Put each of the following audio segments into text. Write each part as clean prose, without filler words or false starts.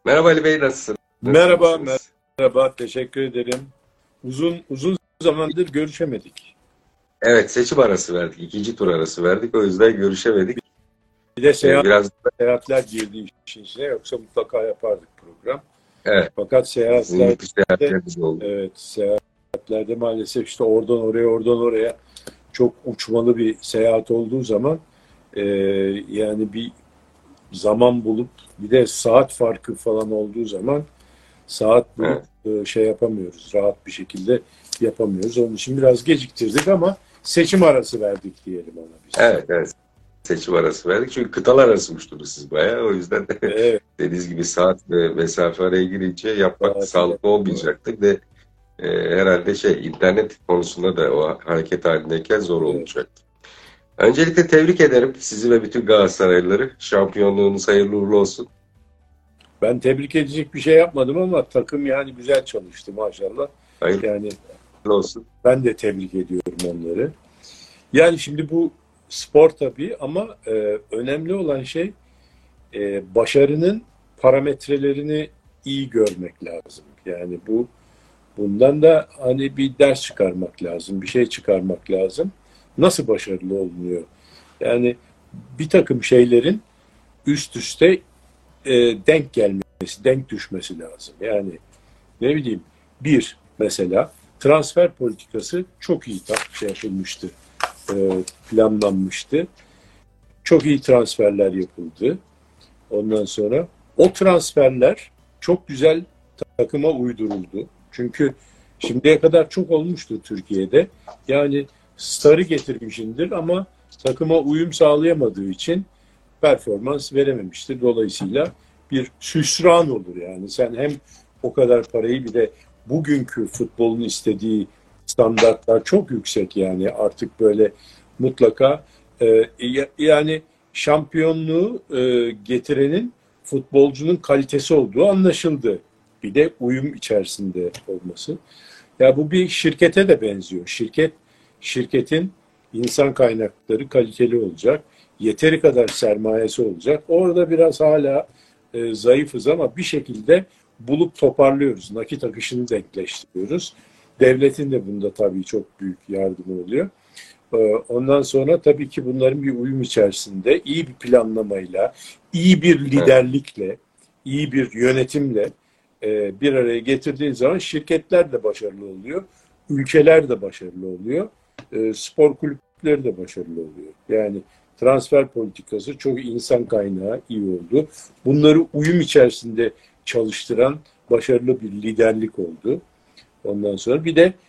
Merhaba Ali Bey, nasılsınız? Merhaba, İyisiniz? merhaba. Teşekkür ederim. Uzun zamandır görüşemedik. Evet, seçim arası verdik. İkinci tur arası verdik. O yüzden görüşemedik. Bir de Biraz da, seyahatler girdi işin içine. Yoksa mutlaka yapardık program. evet, Fakat sizin yurt dışı seyahatleriniz oldu. evet, seyahatlerde maalesef işte oradan oraya çok uçmalı bir seyahat olduğu zaman e, yani bir zaman bulup bir de saat farkı falan olduğu zaman saat bulup Evet, şey yapamıyoruz. Rahat bir şekilde yapamıyoruz. Onun için biraz geciktirdik ama seçim arası verdik diyelim ona biz. evet. Seçim arası verdik. Çünkü kıtalar arası uçtunuz siz bayağı. O yüzden de Evet, dediğiniz gibi saat ve mesafe araya girince yapmak saati sağlıklı yapma. olmayacaktır. Ve herhalde internet konusunda da o hareket halindeyken zor Evet. olacaktır. Öncelikle tebrik ederim sizi ve bütün Galatasaraylıları. Şampiyonluğunuz hayırlı uğurlu olsun. Ben tebrik edecek bir şey yapmadım ama takım yani güzel çalıştı maşallah. Hayırlı Yani olsun. ben de tebrik ediyorum onları. Yani şimdi bu spor tabii ama önemli olan şey başarının parametrelerini iyi görmek lazım. Yani bundan da hani bir ders çıkarmak lazım, bir şey çıkarmak lazım. Nasıl başarılı olunuyor? Yani bir takım şeylerin üst üste denk gelmesi, denk düşmesi lazım. Yani ne bileyim mesela transfer politikası çok iyi şey yapılmıştı, e, planlanmıştı. Çok iyi transferler yapıldı. Ondan sonra o transferler çok güzel takıma uyduruldu. Çünkü şimdiye kadar çok olmuştur Türkiye'de. Yani starı getirmişindir ama takıma uyum sağlayamadığı için performans verememiştir. Dolayısıyla bir hüsran olur yani. Sen hem o kadar parayı bir de bugünkü futbolun istediği standartlar çok yüksek yani artık böyle mutlaka yani şampiyonluğu getirenin futbolcunun kalitesi olduğu anlaşıldı. Bir de uyum içerisinde olması. Ya bu bir şirkete de benziyor. Şirketin insan kaynakları kaliteli olacak. Yeteri kadar sermayesi olacak. Orada biraz hala zayıfız ama bir şekilde bulup toparlıyoruz. Nakit akışını denkleştiriyoruz. Devletin de bunda tabii çok büyük yardımı oluyor. Ondan sonra tabii ki bunların bir uyum içerisinde iyi bir planlamayla, iyi bir Evet. liderlikle, iyi bir yönetimle bir araya getirdiğin zaman şirketler de başarılı oluyor, ülkeler de başarılı oluyor, spor kulüpleri de başarılı oluyor. Yani transfer politikası çok insan kaynağı iyi oldu. Bunları uyum içerisinde çalıştıran başarılı bir liderlik oldu. Ondan sonra bir de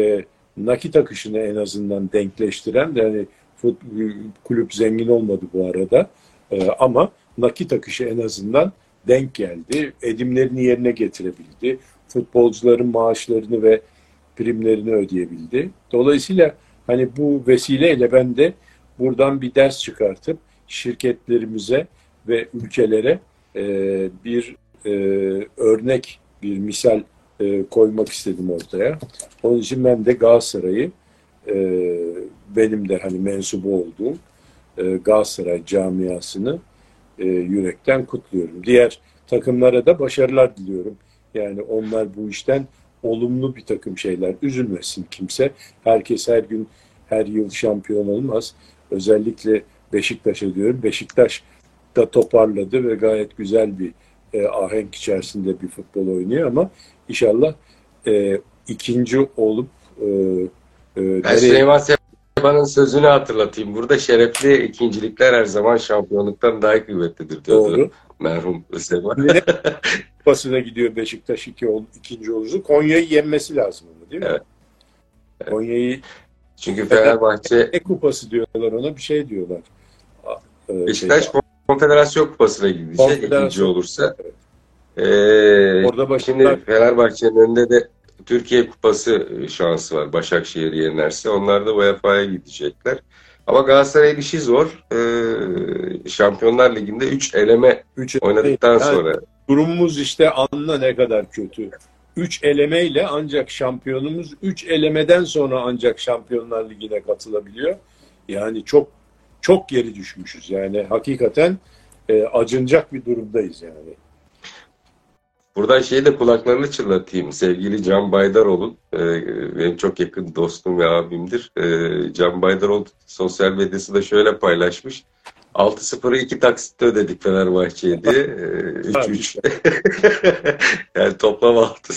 nakit akışını en azından denkleştiren yani kulüp zengin olmadı bu arada ama nakit akışı en azından denk geldi. Edimlerini yerine getirebildi. Futbolcuların maaşlarını ve primlerini ödeyebildi. Dolayısıyla hani bu vesileyle ben de buradan bir ders çıkartıp şirketlerimize ve ülkelere bir e, örnek, bir misal koymak istedim ortaya. Onun için ben de Galatasaray'ı e, benim de hani mensubu olduğum Galatasaray camiasını yürekten kutluyorum. Diğer takımlara da başarılar diliyorum. Yani onlar bu işten olumlu bir takım şeyler. Üzülmesin kimse. Herkes her gün, her yıl şampiyon olmaz. Özellikle Beşiktaş'a diyorum. Beşiktaş da toparladı ve gayet güzel bir ahenk içerisinde bir futbol oynuyor ama inşallah ikinci olup Ben nereye Süleyman Seba'nın sözünü hatırlatayım. Burada şerefli ikincilikler her zaman şampiyonluktan daha kıymetlidir diyordu doğru. merhum Seba. Şimdi ne kupasına gidiyor Beşiktaş ikinci olursa Konya'yı yenmesi lazım ama değil mi? Evet. Konya'yı Çünkü Fener Fenerbahçe ne kupası diyorlar ona bir şey diyorlar. Şeyde Beşiktaş Konfederasyon Kupası'na gidecek ikinci konfederasyon olursa. orada başarılar Şimdi Fenerbahçe'nin önünde de Türkiye Kupası şansı var. Başakşehir yenerse. Onlar da UEFA'ya gidecekler. Ama Galatasaray'ın işi zor. Şampiyonlar Ligi'nde 3 eleme 3 oynadıktan yani sonra. durumumuz işte anla ne kadar kötü. 3 elemeyle ancak şampiyonumuz 3 elemeden sonra ancak Şampiyonlar Ligi'ne katılabiliyor. Yani çok geri düşmüşüz. Yani hakikaten acınacak bir durumdayız yani. Buradan şeyi de kulaklarını çınlatayım. Sevgili Can Baydaroğlu, benim çok yakın dostum ve abimdir. Can Baydaroğlu sosyal medyasında şöyle paylaşmış. 6-0'ı 2 taksitte ödedik Fenerbahçe'ye diye. Ha, 3-3. güzel, Yani toplam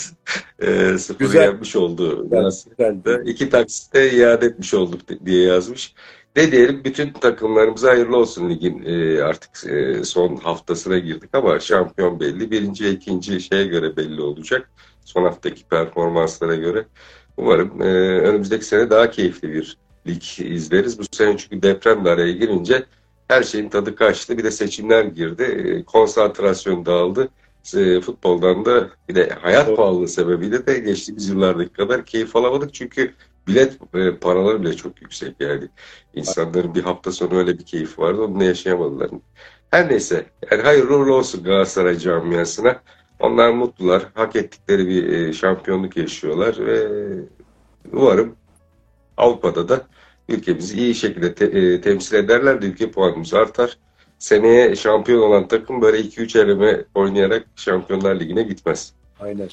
6-0'ı güzel, yenmiş oldu. güzel, güzel bir 2 taksitte iade etmiş olduk diye yazmış. Ne diyelim, bütün takımlarımıza hayırlı olsun ligin artık son haftasına girdik ama şampiyon belli. Birinci ve ikinci şeye göre belli olacak. Son haftaki performanslara göre. Umarım önümüzdeki sene daha keyifli bir lig izleriz. Bu sene çünkü deprem de araya girince her şeyin tadı kaçtı. Bir de seçimler girdi. Konsantrasyon dağıldı. Futboldan da bir de hayat doğru. pahalılığı sebebiyle de geçtiğimiz yıllardaki kadar keyif alamadık. Çünkü bilet paraları bile çok yüksek yani. İnsanların bir hafta sonu öyle bir keyfi vardı. Onu yaşayamadılar. Her neyse. Yani hayırlı uğurlu olsun Galatasaray camiasına. Onlar mutlular. Hak ettikleri bir şampiyonluk yaşıyorlar ve umarım Avrupa'da da ülkemizi iyi şekilde temsil ederler de ülke puanımız artar. Seneye şampiyon olan takım böyle 2-3 eleme oynayarak Şampiyonlar Ligi'ne gitmez. Aynen.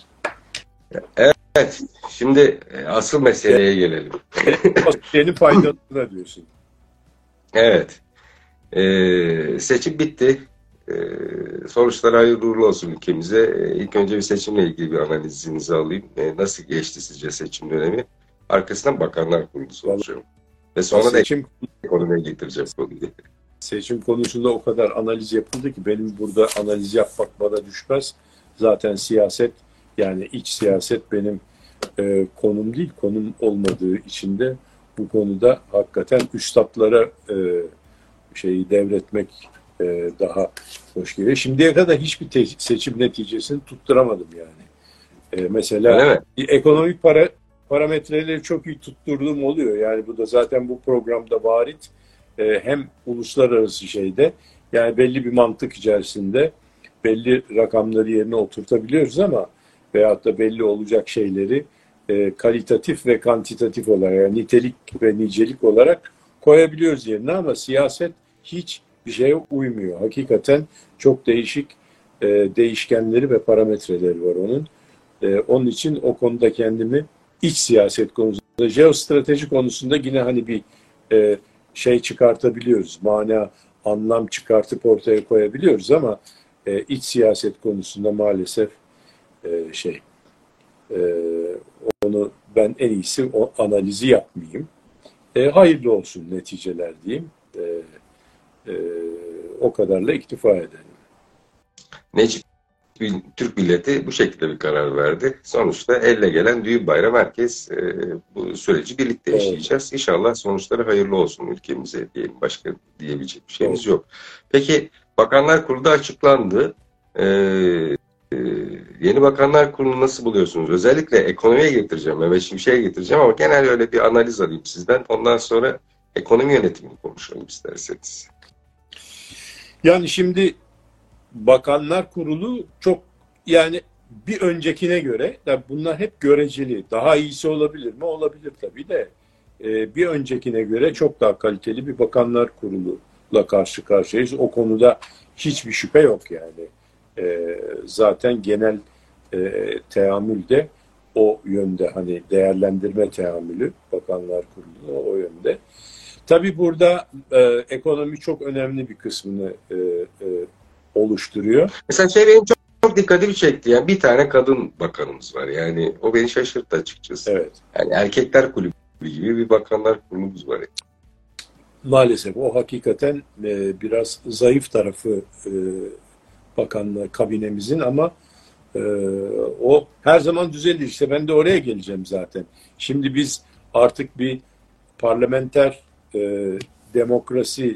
Evet, şimdi asıl meseleye gelelim. Senin faydalarına diyorsun. Evet, seçim bitti. Sonuçlar hayırlı uğurlu olsun ülkemize. İlk önce bir seçimle ilgili bir analizinizi alayım. Nasıl geçti sizce seçim dönemi? Arkasından Bakanlar Kurulu soracağım. Ve sonra da Seçim ekonomiye getireceğim konuyu. seçim konusunda o kadar analiz yapıldı ki benim burada analiz yapmak bana düşmez. Zaten siyaset, yani iç siyaset benim konum değil. Konum olmadığı için de bu konuda hakikaten üstadlara şeyi devretmek daha hoş geliyor. Şimdiye kadar hiçbir seçim neticesini tutturamadım yani. Mesela Öyle mi? ekonomik parametreleri çok iyi tutturduğum oluyor. Yani bu da zaten bu programda varit. Hem uluslararası şeyde, yani belli bir mantık içerisinde belli rakamları yerine oturtabiliyoruz ama veyahut da belli olacak şeyleri kalitatif ve kantitatif olarak, yani nitelik ve nicelik olarak koyabiliyoruz yerine, ama siyaset hiç bir şeye uymuyor. Hakikaten çok değişik değişkenleri ve parametreleri var onun. Onun için o konuda kendimi iç siyaset konusunda, jeostrateji konusunda yine hani bir şey çıkartabiliyoruz. Mana, anlam çıkartıp ortaya koyabiliyoruz ama iç siyaset konusunda maalesef şey e, onu ben en iyisi o analizi yapmayayım. Hayırlı olsun neticeler diyeyim. E, O kadarla iktifa edelim. Necip Türk milleti bu şekilde bir karar verdi. Sonuçta elle gelen düğün bayram, herkes bu süreci birlikte yaşayacağız. İnşallah sonuçları hayırlı olsun ülkemize diyelim. Başka diyebilecek bir şeyimiz yok. Peki Bakanlar Kurulu da açıklandı. E, e, Yeni Bakanlar Kurulu'nu nasıl buluyorsunuz? Özellikle ekonomiye getireceğim, Mehmet Şimşek'e getireceğim ama genel öyle bir analiz alayım sizden. Ondan sonra ekonomi yönetimini konuşalım isterseniz. Yani şimdi Bakanlar Kurulu çok, yani bir öncekine göre, tabii bunlar hep göreceli. Daha iyisi olabilir mi? Olabilir tabii de. Bir öncekine göre çok daha kaliteli bir Bakanlar Kurulu'la karşı karşıyayız. O konuda hiçbir şüphe yok yani. Zaten genel teamül de o yönde, hani değerlendirme teamülü Bakanlar Kurulu o yönde. Tabii burada ekonomi çok önemli bir kısmını oluşturuyor. Mesela şey benim çok dikkatimi çekti. Yani bir tane kadın bakanımız var. Yani o beni şaşırttı açıkçası. Evet. Yani erkekler kulübü gibi bir bakanlar kurulumuz var. Maalesef o hakikaten biraz zayıf tarafı bakanlığı kabinemizin, ama o her zaman düzelir. İşte ben de oraya geleceğim zaten. Şimdi biz artık bir parlamenter demokrasi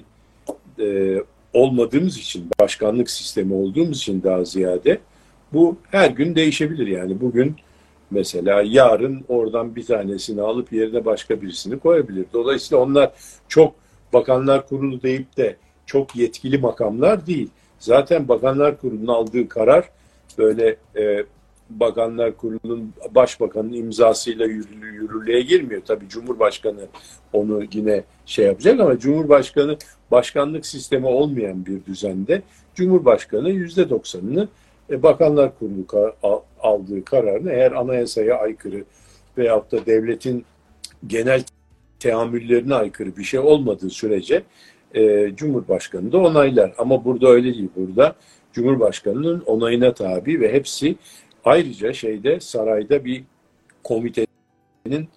olmadığımız için, başkanlık sistemi olduğumuz için daha ziyade bu her gün değişebilir. Yani bugün mesela, yarın oradan bir tanesini alıp yerine başka birisini koyabilir. Dolayısıyla onlar çok Bakanlar Kurulu deyip de çok yetkili makamlar değil. Zaten Bakanlar Kurulu'nun aldığı karar böyle Bakanlar Kurulu'nun başbakanın imzasıyla yürürlüğe girmiyor. Tabii Cumhurbaşkanı onu yine şey yapacak, ama Cumhurbaşkanı başkanlık sistemi olmayan bir düzende Cumhurbaşkanı %90'ını Bakanlar Kurulu aldığı kararını eğer anayasaya aykırı veyahut da devletin genel teamüllerine aykırı bir şey olmadığı sürece Cumhurbaşkanı da onaylar. Ama burada öyle değil. Burada Cumhurbaşkanı'nın onayına tabi ve hepsi ayrıca sarayda bir komitenin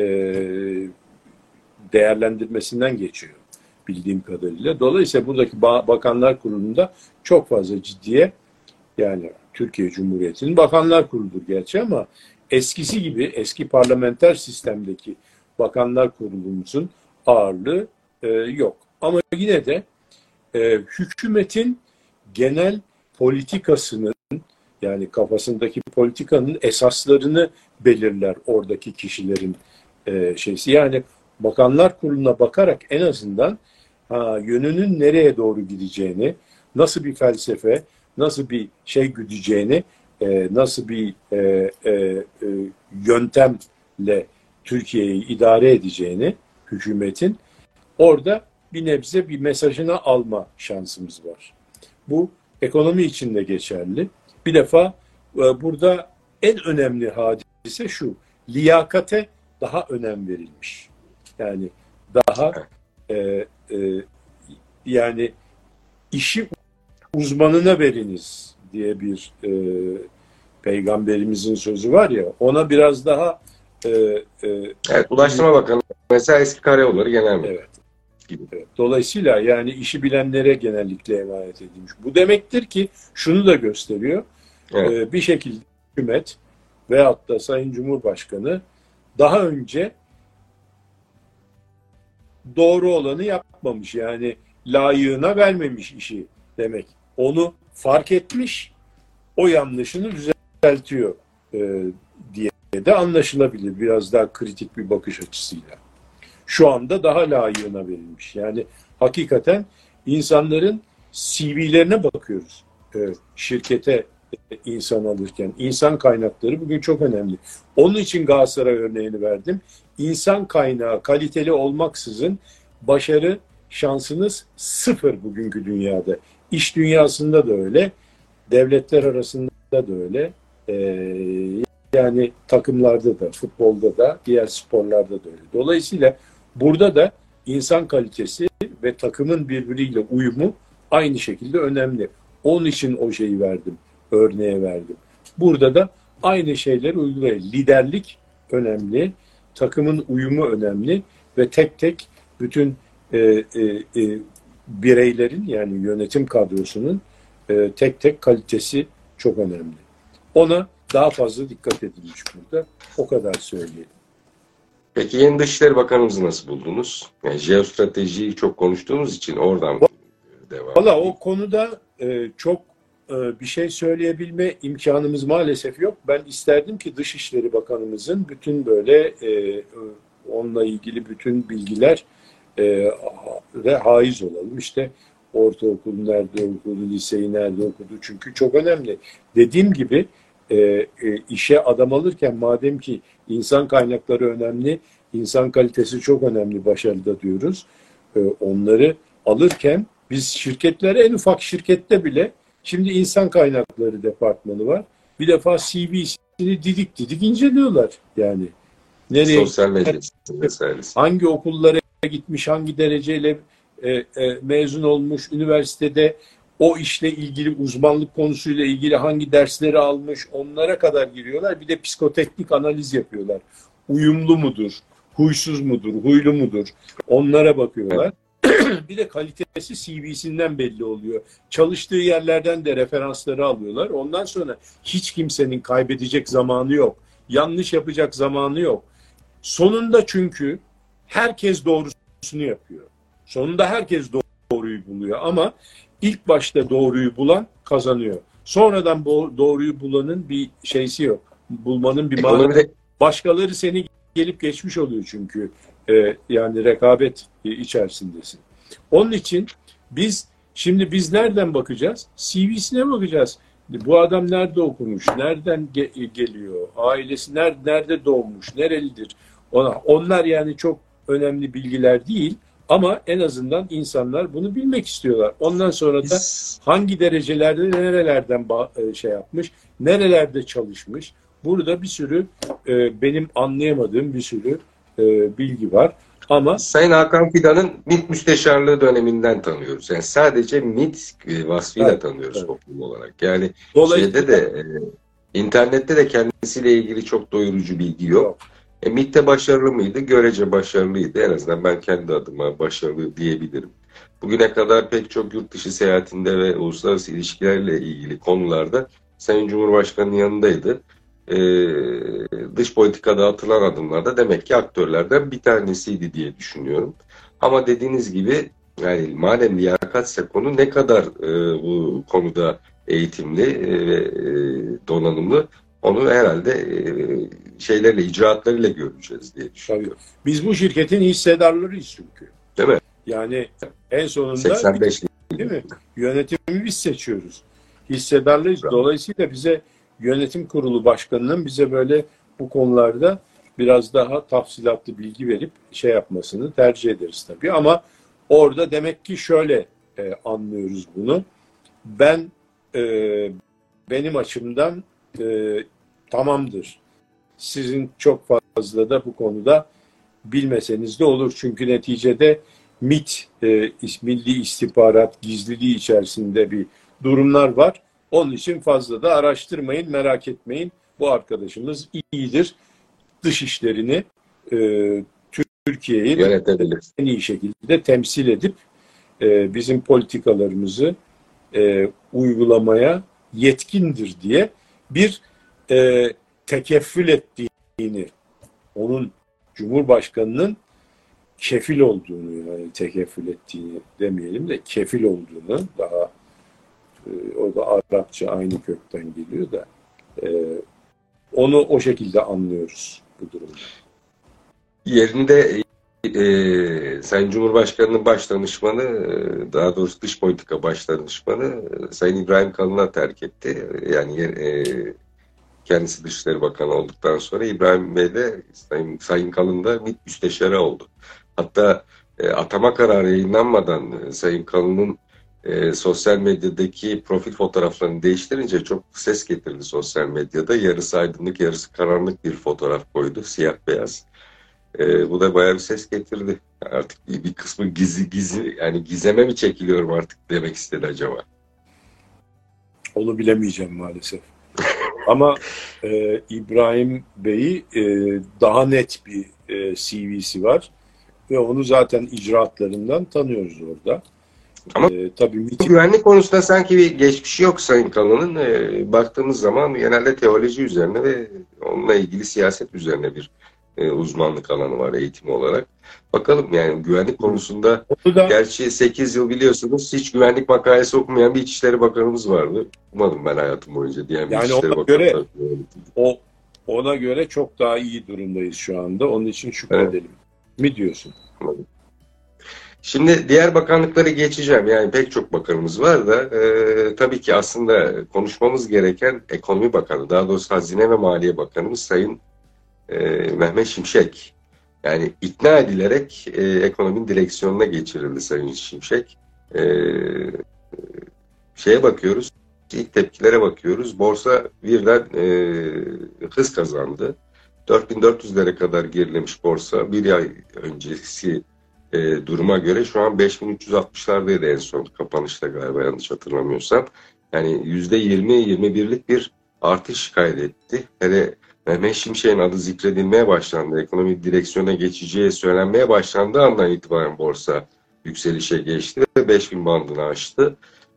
değerlendirmesinden geçiyor bildiğim kadarıyla. Dolayısıyla buradaki Bakanlar Kurulu'nda çok fazla ciddiye, yani Türkiye Cumhuriyeti'nin Bakanlar Kurulu'dur gerçi ama eskisi gibi eski parlamenter sistemdeki Bakanlar Kurulu'muzun ağırlığı yok. Ama yine de hükümetin genel politikasının, yani kafasındaki politikanın esaslarını belirler oradaki kişilerin şeysi. Yani Bakanlar Kurulu'na bakarak en azından yönünün nereye doğru gideceğini, nasıl bir felsefe, nasıl bir şey güdeceğini, nasıl bir yöntemle Türkiye'yi idare edeceğini hükümetin orada bir nebze bir mesajını alma şansımız var. Bu ekonomi için de geçerli. Bir defa burada en önemli hadise şu: liyakate daha önem verilmiş. Yani daha yani işi uzmanına veriniz diye bir peygamberimizin sözü var ya, ona biraz daha evet, Ulaştırma Bakanı mesela eski Karayolları Genel Müdürü. Evet. Evet. Dolayısıyla yani işi bilenlere genellikle emanet edilmiş. Bu demektir ki şunu da gösteriyor. Evet. Bir şekilde hükümet veyahut da Sayın Cumhurbaşkanı daha önce doğru olanı yapmamış. Yani layığına vermemiş işi demek. Onu fark etmiş, o yanlışını düzeltiyor diye de anlaşılabilir. Biraz daha kritik bir bakış açısıyla. Şu anda daha layığına verilmiş. Yani hakikaten insanların CV'lerine bakıyoruz. Şirkete insan alırken. İnsan kaynakları bugün çok önemli. Onun için Galatasaray örneğini verdim. İnsan kaynağı kaliteli olmaksızın başarı şansınız sıfır bugünkü dünyada. İş dünyasında da öyle, devletler arasında da öyle, yani takımlarda da, futbolda da, diğer sporlarda da öyle. Dolayısıyla burada da insan kalitesi ve takımın birbiriyle uyumu aynı şekilde önemli. Onun için o şeyi verdim, örneğe verdim. Burada da aynı şeyleri uygulayın. Liderlik önemli, takımın uyumu önemli ve tek tek bütün bireylerin, yani yönetim kadrosunun tek tek kalitesi çok önemli. Ona daha fazla dikkat edilmiş burada. O kadar söyleyelim. Peki yeni Dışişleri Bakanımızı nasıl buldunuz? Yani jeostratejiyi çok konuştuğumuz için oradan devam. Valla o konuda çok bir şey söyleyebilme imkanımız maalesef yok. Ben isterdim ki Dışişleri Bakanımızın bütün böyle onunla ilgili bütün bilgiler ve haiz olalım. İşte ortaokulu nerede okudu, liseyi nerede okudu, çünkü çok önemli. Dediğim gibi işe adam alırken madem ki insan kaynakları önemli, insan kalitesi çok önemli başarıda diyoruz. Onları alırken biz şirketlere, en ufak şirkette bile şimdi insan kaynakları departmanı var. Bir defa CV'sini didik didik inceliyorlar yani. Nereye, sosyal medyası vesairesi. hangi okullara gitmiş, hangi dereceyle mezun olmuş, üniversitede o işle ilgili, uzmanlık konusuyla ilgili hangi dersleri almış, onlara kadar giriyorlar. Bir de psikoteknik analiz yapıyorlar. Uyumlu mudur, huysuz mudur, huylu mudur, onlara bakıyorlar. Bir de kalitesi CV'sinden belli oluyor. Çalıştığı yerlerden de referansları alıyorlar. Ondan sonra hiç kimsenin kaybedecek zamanı yok. Yanlış yapacak zamanı yok. Sonunda çünkü herkes doğrusunu yapıyor. Sonunda herkes doğruyu buluyor ama ilk başta doğruyu bulan kazanıyor. Sonradan doğruyu bulanın bir şeysi yok. Bulmanın bir manası. Başkaları seni gelip geçmiş oluyor çünkü. Yani rekabet içerisindesin. Onun için biz nereden bakacağız? CV'sine bakacağız. Bu adam nerede okumuş? Nereden geliyor? Ailesi nerede doğmuş? Nerelidir? Onlar yani çok önemli bilgiler değil. Ama en azından insanlar bunu bilmek istiyorlar. Ondan sonra da hangi derecelerde nerelerden şey yapmış, nerelerde çalışmış. Burada bir sürü benim anlayamadığım bir sürü bilgi var. Ama Sayın Hakan Fidan'ın MİT müsteşarlığı döneminden tanıyoruz. Yani sadece MİT vasfıyla evet, tanıyoruz evet. toplum olarak. Yani Dolayısıyla şeyde de internette de kendisiyle ilgili çok doyurucu bilgi yok. yok. MİT'te başarılı mıydı? Görece başarılıydı. En azından ben kendi adıma başarılı diyebilirim. Bugüne kadar pek çok yurt dışı seyahatinde ve uluslararası ilişkilerle ilgili konularda Sayın Cumhurbaşkanı'nın yanındaydı. Dış politikada atılan adımlarda demek ki aktörlerden bir tanesiydi diye düşünüyorum. Ama dediğiniz gibi yani madem liyakatse konu ne kadar bu konuda eğitimli ve donanımlı onu herhalde şeylerle, icraatlarıyla göreceğiz diye düşünüyorum. Tabii. Biz bu şirketin hissedarlarıyız çünkü. Değil mi? Yani en sonunda 85 değil mi? Yönetimi biz seçiyoruz. Hissedarlıyız. Dolayısıyla bize yönetim kurulu başkanının bize böyle bu konularda biraz daha tafsilatlı bilgi verip şey yapmasını tercih ederiz tabii. Ama orada demek ki şöyle anlıyoruz bunu. Ben benim açımdan tamamdır. Sizin çok fazla da bu konuda bilmeseniz de olur. Çünkü neticede MİT, Milli İstihbarat Gizliliği içerisinde bir durumlar var. Onun için fazla da araştırmayın, merak etmeyin. Bu arkadaşımız iyidir. Dış işlerini Türkiye'yi en iyi şekilde temsil edip bizim politikalarımızı uygulamaya yetkindir diye bir tekeffül ettiğini, onun Cumhurbaşkanı'nın kefil olduğunu, yani tekeffül ettiğini demeyelim de kefil olduğunu, daha o da Arapça aynı kökten geliyor da onu o şekilde anlıyoruz bu durumda. Yerinde Sayın Cumhurbaşkanı'nın baş danışmanı, daha doğrusu dış politika baş danışmanı Sayın İbrahim Kalın'a terk etti. Yani kendisi Dışişleri Bakanı olduktan sonra İbrahim Bey de Sayın Kalın da MİT müsteşarı oldu. Hatta atama kararı yayınlanmadan Sayın Kalın'ın sosyal medyadaki profil fotoğraflarını değiştirince çok ses getirdi sosyal medyada. Yarısı aydınlık, yarısı karanlık bir fotoğraf koydu, siyah beyaz. Bu da bayağı bir ses getirdi. Artık bir kısmı gizli yani gizeme mi çekiliyorum artık demek istedi acaba? Onu bilemeyeceğim maalesef. Ama İbrahim Bey'i daha net bir CV'si var ve onu zaten icraatlarından tanıyoruz orada. Ama tabii güvenlik konusunda sanki bir geçmişi yok Sayın Kalın'ın. Baktığımız zaman genelde teoloji üzerine ve onunla ilgili siyaset üzerine bir uzmanlık alanı var eğitim olarak. Bakalım yani güvenlik konusunda gerçi 8 yıl biliyorsunuz hiç güvenlik makalesi okumayan bir İçişleri Bakanımız vardı. Umarım ben hayatım boyunca diyen bir yani İçişleri Bakanı. Ona göre çok daha iyi durumdayız şu anda. Onun için şükredelim. Evet. Mi diyorsun? Şimdi diğer bakanlıkları geçeceğim. Yani pek çok bakanımız var da tabii ki aslında konuşmamız gereken Ekonomi Bakanı, daha doğrusu Hazine ve Maliye Bakanımız Sayın Mehmet Şimşek. Yani ikna edilerek ekonominin direksiyonuna geçirildi Sayın Şimşek. Şeye bakıyoruz, ilk tepkilere bakıyoruz. Borsa birden hız kazandı. 4400'lere kadar gerilemiş borsa. Bir ay öncesi duruma göre şu an 5360'lardaydı en son kapanışta galiba yanlış hatırlamıyorsam. Yani %20-21'lik bir artış kaydetti. Hele Mehmet Şimşek'in adı zikredilmeye başlandı. Ekonomi direksiyona geçeceği söylenmeye başlandığı andan itibaren borsa yükselişe geçti ve 5000 bandını aştı.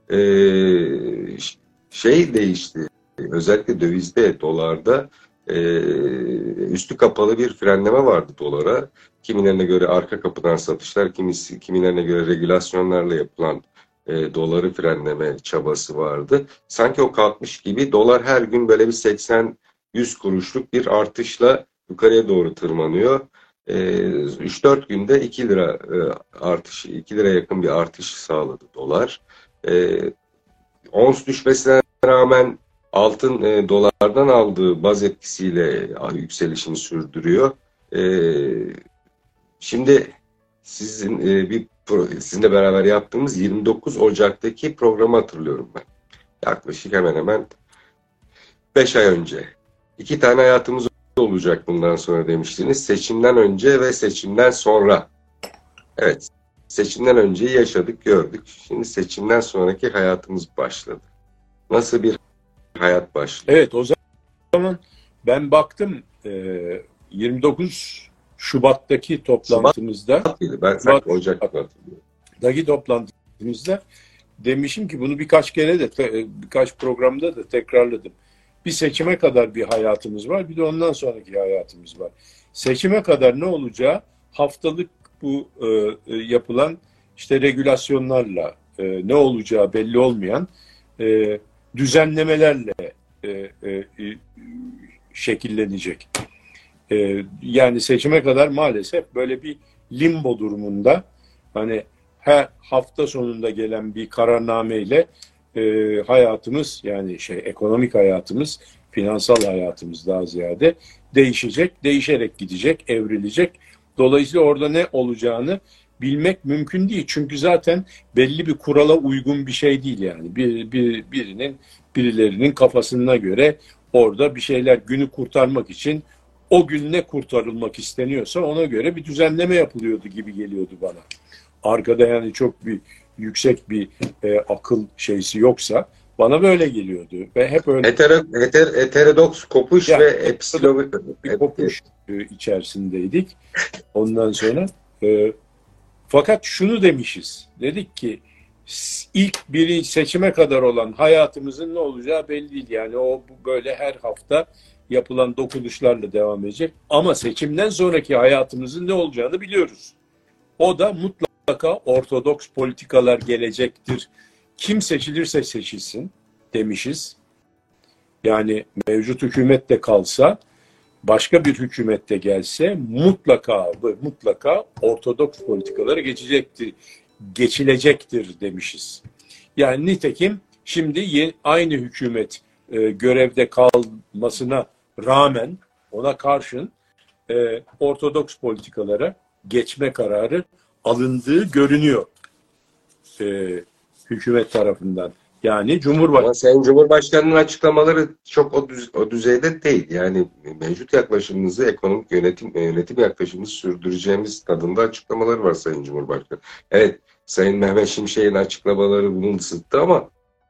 Şey değişti. Özellikle dövizde, dolarda üstü kapalı bir frenleme vardı dolara. Kimilerine göre arka kapıdan satışlar, kimilerine göre regülasyonlarla yapılan doları frenleme çabası vardı. Sanki o kalkmış gibi dolar her gün böyle bir 80-100 kuruşluk bir artışla yukarıya doğru tırmanıyor. 3-4 günde 2 lira artış, 2 lira yakın bir artış sağladı dolar. Ons düşmesine rağmen altın dolardan aldığı baz etkisiyle yükselişini sürdürüyor. Şimdi sizin sizinle beraber yaptığımız 29 Ocak'taki programı hatırlıyorum ben. Yaklaşık hemen hemen 5 ay önce. 2 tane hayatımız olacak bundan sonra demiştiniz. Seçimden önce ve seçimden sonra. Evet. Seçimden önceyi yaşadık, gördük. Şimdi seçimden sonraki hayatımız başladı. Nasıl bir hayat başladı? Evet, o zaman ben baktım 29 Şubat'taki toplantımızda, Ben sanki Ocak'ta hatırlıyorum. Ocak'taki toplantımızda demişim ki bunu birkaç kere de birkaç programda da tekrarladım. Bir seçime kadar bir hayatımız var, bir de ondan sonraki hayatımız var. Seçime kadar ne olacağı haftalık bu yapılan işte regülasyonlarla ne olacağı belli olmayan düzenlemelerle şekillenecek. Yani seçime kadar maalesef böyle bir limbo durumunda, hani her hafta sonunda gelen bir kararnameyle hayatımız, yani ekonomik hayatımız, finansal hayatımız daha ziyade değişecek, değişerek gidecek, evrilecek. Dolayısıyla orada ne olacağını bilmek mümkün değil. Çünkü zaten belli bir kurala uygun bir şey değil yani. Birilerinin kafasına göre orada bir şeyler, günü kurtarmak için o gün ne kurtarılmak isteniyorsa ona göre bir düzenleme yapılıyordu gibi geliyordu bana. Arkada yani çok bir yüksek bir akıl şeysi yoksa bana böyle geliyordu ve hep öyle. Heterodoks kopuş yani, ve epsilon bir kopuş içerisindeydik. Ondan sonra fakat şunu demişiz. Dedik ki ilk biri seçime kadar olan hayatımızın ne olacağı belli değil. Yani o böyle her hafta yapılan dokunuşlarla devam edecek. Ama seçimden sonraki hayatımızın ne olacağını biliyoruz. O da mutlaka ortodoks politikalar gelecektir. Kim seçilirse seçilsin demişiz. Yani mevcut hükümet de kalsa, başka bir hükümet de gelse mutlaka ortodoks politikalara geçilecektir demişiz. Yani nitekim şimdi aynı hükümet görevde kalmasına rağmen, ona karşın ortodoks politikalara geçme kararı alındığı görünüyor hükümet tarafından. Yani Ama Sayın Cumhurbaşkanı'nın açıklamaları çok o düzeyde değil. Yani mevcut yaklaşımımızı, ekonomik yönetim yaklaşımımızı sürdüreceğimiz tadında açıklamaları var Sayın Cumhurbaşkanı. Evet, Sayın Mehmet Şimşek'in açıklamaları bunun ısıttı ama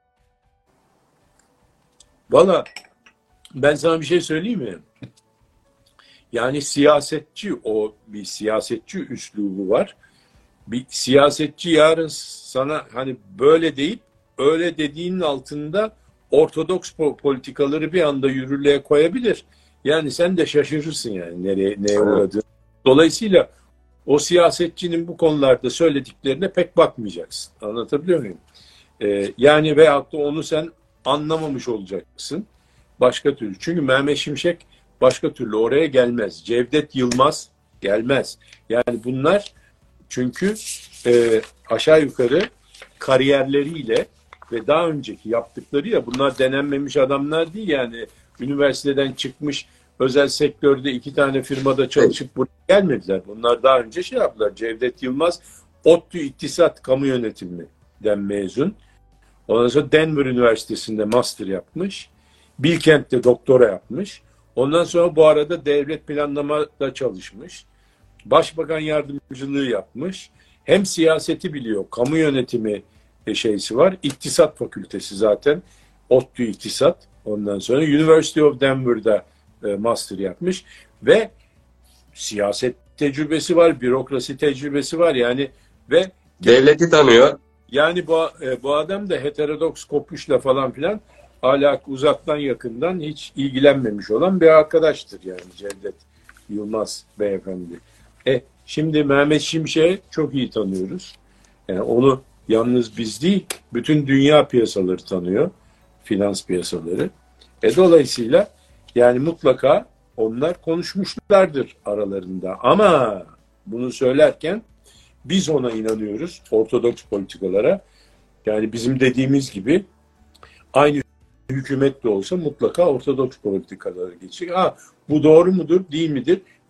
valla ben sana bir şey söyleyeyim mi? Yani bir siyasetçi üslubu var. Bir siyasetçi yarın sana hani böyle deyip öyle dediğinin altında ortodoks politikaları bir anda yürürlüğe koyabilir. Yani sen de şaşırırsın yani neye uğradığını. Dolayısıyla o siyasetçinin bu konularda söylediklerine pek bakmayacaksın. Anlatabiliyor muyum? Yani veyahut da onu sen anlamamış olacaksın. Başka türlü. Çünkü Mehmet Şimşek başka türlü oraya gelmez. Cevdet Yılmaz gelmez. Yani bunlar çünkü aşağı yukarı kariyerleriyle ve daha önceki yaptıklarıyla bunlar denenmemiş adamlar değil yani. Üniversiteden çıkmış, özel sektörde 2 tane firmada çalışıp buraya gelmediler. Bunlar daha önce yaptılar. Cevdet Yılmaz ODTÜ İktisat Kamu Yönetimi'den mezun. Ondan sonra Denver Üniversitesi'nde master yapmış. Bilkent'te doktora yapmış. Ondan sonra bu arada devlet planlamada çalışmış. Başbakan yardımcılığı yapmış. Hem siyaseti biliyor, kamu yönetimi şeysi var. İktisat fakültesi zaten. ODTÜ İktisat. Ondan sonra University of Denver'da master yapmış. Ve siyaset tecrübesi var, bürokrasi tecrübesi var yani ve devleti tanıyor. Yani bu adam da heterodoks kopuşla falan filan hala uzaktan yakından hiç ilgilenmemiş olan bir arkadaştır yani Cevdet Yılmaz beyefendi. Şimdi Mehmet Şimşek'i çok iyi tanıyoruz. Yani onu yalnız biz değil, bütün dünya piyasaları tanıyor. Finans piyasaları. Dolayısıyla yani mutlaka onlar konuşmuşlardır aralarında. Ama bunu söylerken biz ona inanıyoruz, ortodoks politikalara. Yani bizim dediğimiz gibi aynı hükümet de olsa mutlaka ortodoks politikalara geçecek. Bu doğru mudur, değil midir?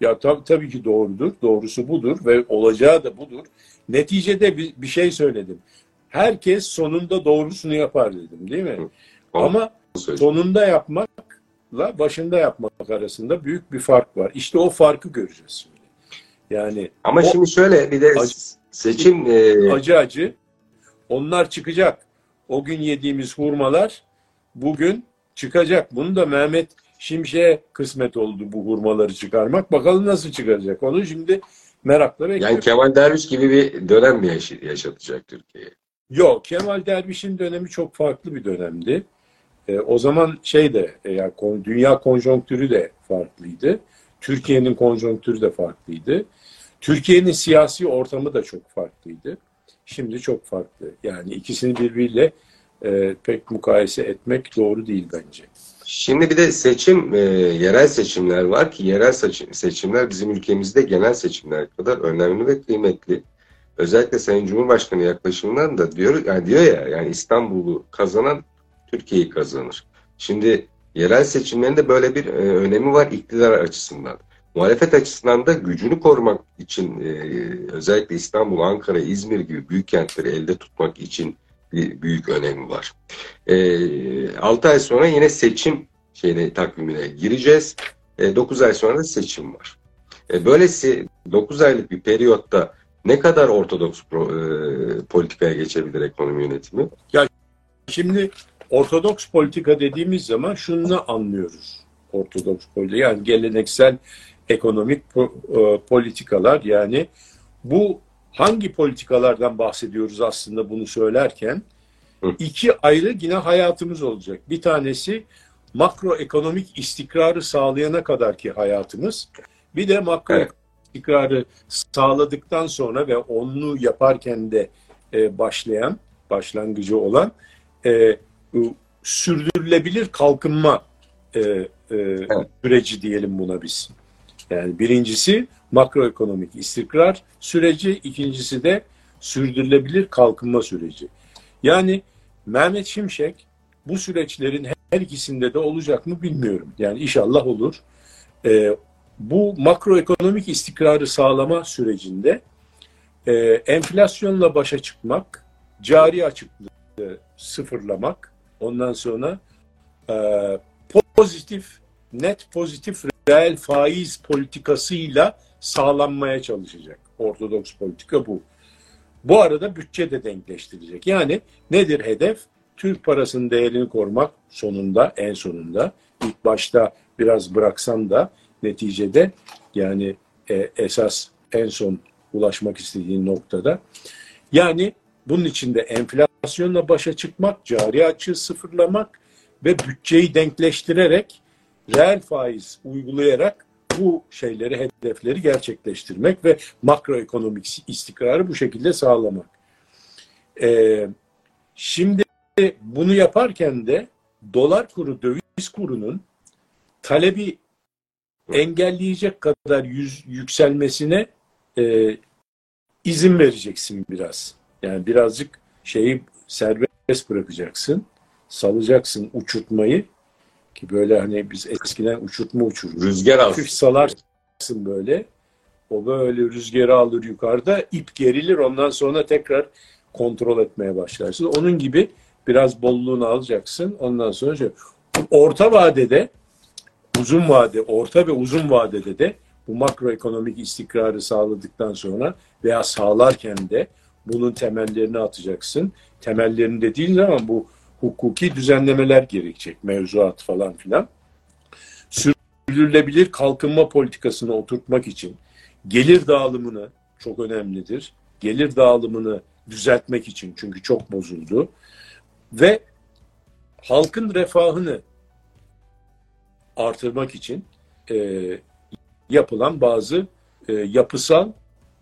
Ya tabii ki doğrudur. Doğrusu budur ve olacağı da budur. Neticede bir şey söyledim. Herkes sonunda doğrusunu yapar dedim, değil mi? Ama sonunda yapmakla başında yapmak arasında büyük bir fark var. İşte o farkı göreceğiz şimdi. Yani ama şimdi şöyle bir de seçim acı onlar çıkacak. O gün yediğimiz hurmalar bugün çıkacak. Bunu da Mehmet Şimşek'e kısmet oldu bu hurmaları çıkarmak. Bakalım nasıl çıkaracak. Onu şimdi merakla bekliyorum. Yani Kemal Derviş gibi bir dönem mi yaşatacak Türkiye'ye? Yok, Kemal Derviş'in dönemi çok farklı bir dönemdi. O zaman yani dünya konjonktürü de farklıydı. Türkiye'nin konjonktürü de farklıydı. Türkiye'nin siyasi ortamı da çok farklıydı. Şimdi çok farklı. Yani ikisini birbiriyle pek mukayese etmek doğru değil bence. Şimdi bir de yerel seçimler var ki yerel seçimler bizim ülkemizde genel seçimler kadar önemli ve kıymetli. Özellikle Sayın Cumhurbaşkanı yaklaşımından da diyor ya yani İstanbul'u kazanan Türkiye'yi kazanır. Şimdi yerel seçimlerin de böyle bir önemi var iktidar açısından. Muhalefet açısından da gücünü korumak için özellikle İstanbul, Ankara, İzmir gibi büyük kentleri elde tutmak için bir büyük önemi var. 6 ay sonra yine seçim takvimine gireceğiz. 9 ay sonra da seçim var. Böylesi 9 aylık bir periyotta ne kadar ortodoks politikaya geçebilir ekonomi yönetimi? Ya şimdi ortodoks politika dediğimiz zaman şunu anlıyoruz. Ortodoks politika yani geleneksel ekonomik politikalar, yani bu hangi politikalardan bahsediyoruz aslında bunu söylerken? İki ayrı yine hayatımız olacak. Bir tanesi makroekonomik istikrarı sağlayana kadarki hayatımız. Bir de makroekonomik istikrarı sağladıktan sonra ve onu yaparken de başlangıcı olan sürdürülebilir kalkınma süreci diyelim buna biz. Yani birincisi makroekonomik istikrar süreci, ikincisi de sürdürülebilir kalkınma süreci. Yani Mehmet Şimşek bu süreçlerin her ikisinde de olacak mı bilmiyorum. Yani inşallah olur. Bu makroekonomik istikrarı sağlama sürecinde enflasyonla başa çıkmak, cari açıklığı sıfırlamak, ondan sonra net pozitif reel faiz politikasıyla sağlanmaya çalışacak. Ortodoks politika bu. Bu arada bütçe de denkleştirecek. Yani nedir hedef? Türk parasının değerini korumak en sonunda. İlk başta biraz bıraksan da neticede yani esas en son ulaşmak istediğin noktada. Yani bunun içinde enflasyonla başa çıkmak, cari açığı sıfırlamak ve bütçeyi denkleştirerek reel faiz uygulayarak bu hedefleri gerçekleştirmek ve makroekonomik istikrarı bu şekilde sağlamak. Şimdi bunu yaparken de dolar kuru, döviz kurunun talebi engelleyecek kadar yükselmesine izin vereceksin biraz. Yani birazcık serbest bırakacaksın, salacaksın uçurtmayı. Ki böyle hani biz eskiden uçurtma uçururuz. Rüzgar alsın. Hafif salarsın böyle. O böyle rüzgarı alır yukarıda. İp gerilir. Ondan sonra tekrar kontrol etmeye başlarsın. Onun gibi biraz bolluğunu alacaksın. Ondan sonra orta ve uzun vadede de bu makroekonomik istikrarı sağladıktan sonra veya sağlarken de bunun temellerini atacaksın. Temellerini dediğin zaman bu hukuki düzenlemeler gerekecek. Mevzuat falan filan. Sürdürülebilir kalkınma politikasını oturtmak için gelir dağılımını çok önemlidir. Gelir dağılımını düzeltmek için çünkü çok bozuldu. Ve halkın refahını artırmak için yapılan bazı yapısal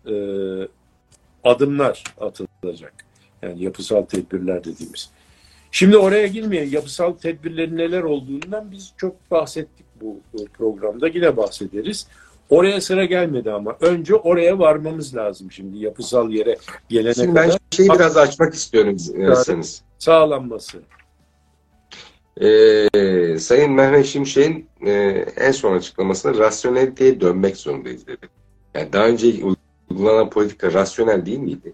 adımlar atılacak. Yani yapısal tedbirler dediğimiz. Şimdi oraya girmeyelim. Yapısal tedbirlerin neler olduğundan biz çok bahsettik bu programda. Yine bahsederiz. Oraya sıra gelmedi ama. Önce oraya varmamız lazım şimdi. Yapısal yere gelene şimdi kadar. Ben biraz açmak istiyorum isterseniz. Sağlanması. Sayın Mehmet Şimşek'in en son açıklamasında rasyoneliteye dönmek zorundayız dedi. Yani daha önce uygulanan politika rasyonel değil miydi?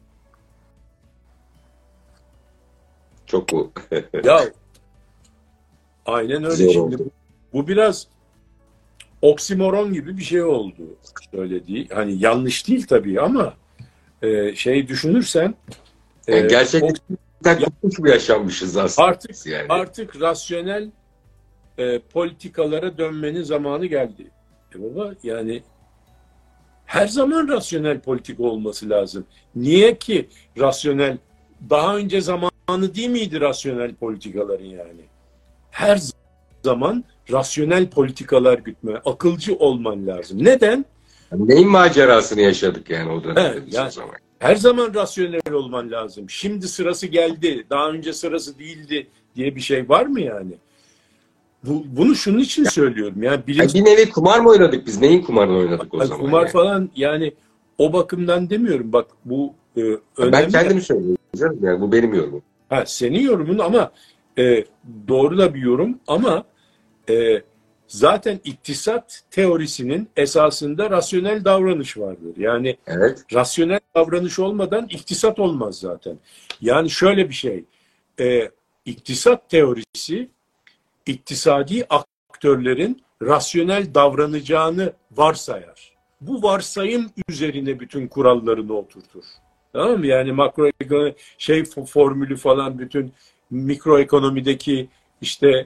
Çok bu. Ya aynen öyle. Zor Şimdi oldu. bu biraz oksimoron gibi bir şey oldu söylediği. Hani yanlış değil tabii ama şey düşünürsen Yani o, gerçekten kopmuş mu yaşanmışız aslında artık yani? artık rasyonel politikalara dönmenin zamanı geldi. Baba yani her zaman rasyonel politika olması lazım. Niye ki rasyonel? Daha önce zamanı değil miydi rasyonel politikaların yani? Her zaman rasyonel politikalar gütme, akılcı olman lazım. Neden? Neyin macerasını yaşadık yani o dönemde biz Yani o zaman? her zaman rasyonel olman lazım. Şimdi sırası geldi, daha önce sırası değildi diye bir şey var mı yani? Bunu şunun için söylüyorum. Yani Yani bir nevi kumar mı oynadık biz? Neyin kumarını oynadık o zaman? kumar Yani? falan yani o bakımdan demiyorum. Bak bu Ben önemli. kendimi söylüyorum canım. Yani bu benim yorumum. Senin yorumun ama doğru da bir yorum ama zaten iktisat teorisinin esasında rasyonel davranış vardır. Yani Evet. rasyonel davranış olmadan iktisat olmaz zaten. Yani şöyle bir şey, iktisat teorisi iktisadi aktörlerin rasyonel davranacağını varsayar. Bu varsayım üzerine bütün kurallarını oturtur. Tamam mı? Yani makroekonomi formülü falan bütün mikroekonomideki işte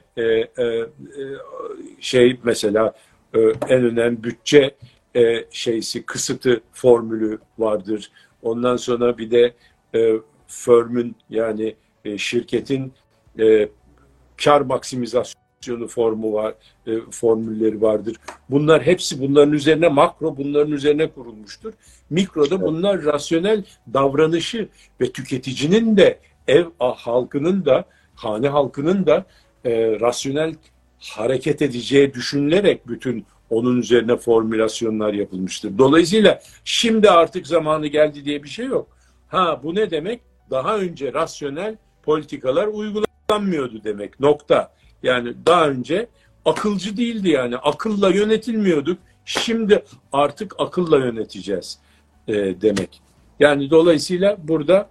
mesela en önemli bütçe kısıtı formülü vardır. Ondan sonra bir de firmün yani şirketin kar maksimizasyonu formülleri vardır. Bunlar hepsi bunların üzerine bunların üzerine kurulmuştur. Mikroda bunlar rasyonel davranışı ve tüketicinin de halkının da hane halkının da rasyonel hareket edeceği düşünülerek bütün onun üzerine formülasyonlar yapılmıştır. Dolayısıyla şimdi artık zamanı geldi diye bir şey yok. Bu ne demek? Daha önce rasyonel politikalar uygulanmıyordu demek. Nokta. Yani daha önce akılcı değildi yani. Akılla yönetilmiyorduk. Şimdi artık akılla yöneteceğiz demek. Yani dolayısıyla burada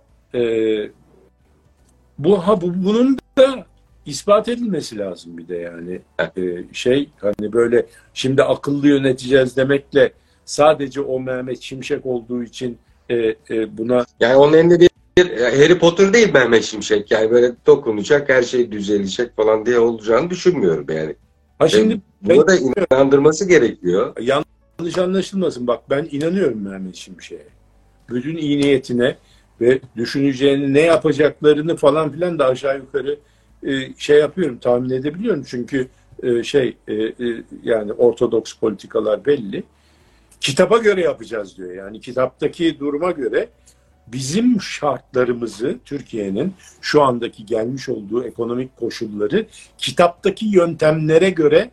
bunun da ispat edilmesi lazım bir de yani. Hani böyle şimdi akıllı yöneteceğiz demekle sadece o Mehmet Şimşek olduğu için buna... Yani onun elinde bir Harry Potter değil Mehmet Şimşek. Yani böyle dokunacak, her şey düzelecek falan diye olacağını düşünmüyorum yani. Şimdi buna da inandırması gerekiyor. Yanlış anlaşılmasın. Bak ben inanıyorum Mehmet Şimşek'e. Bütün iyi niyetine ve düşüneceğini, ne yapacaklarını falan filan da aşağı yukarı yapıyorum, tahmin edebiliyorum. Çünkü yani ortodoks politikalar belli. Kitaba göre yapacağız diyor. Yani kitaptaki duruma göre bizim şartlarımızı, Türkiye'nin şu andaki gelmiş olduğu ekonomik koşulları kitaptaki yöntemlere göre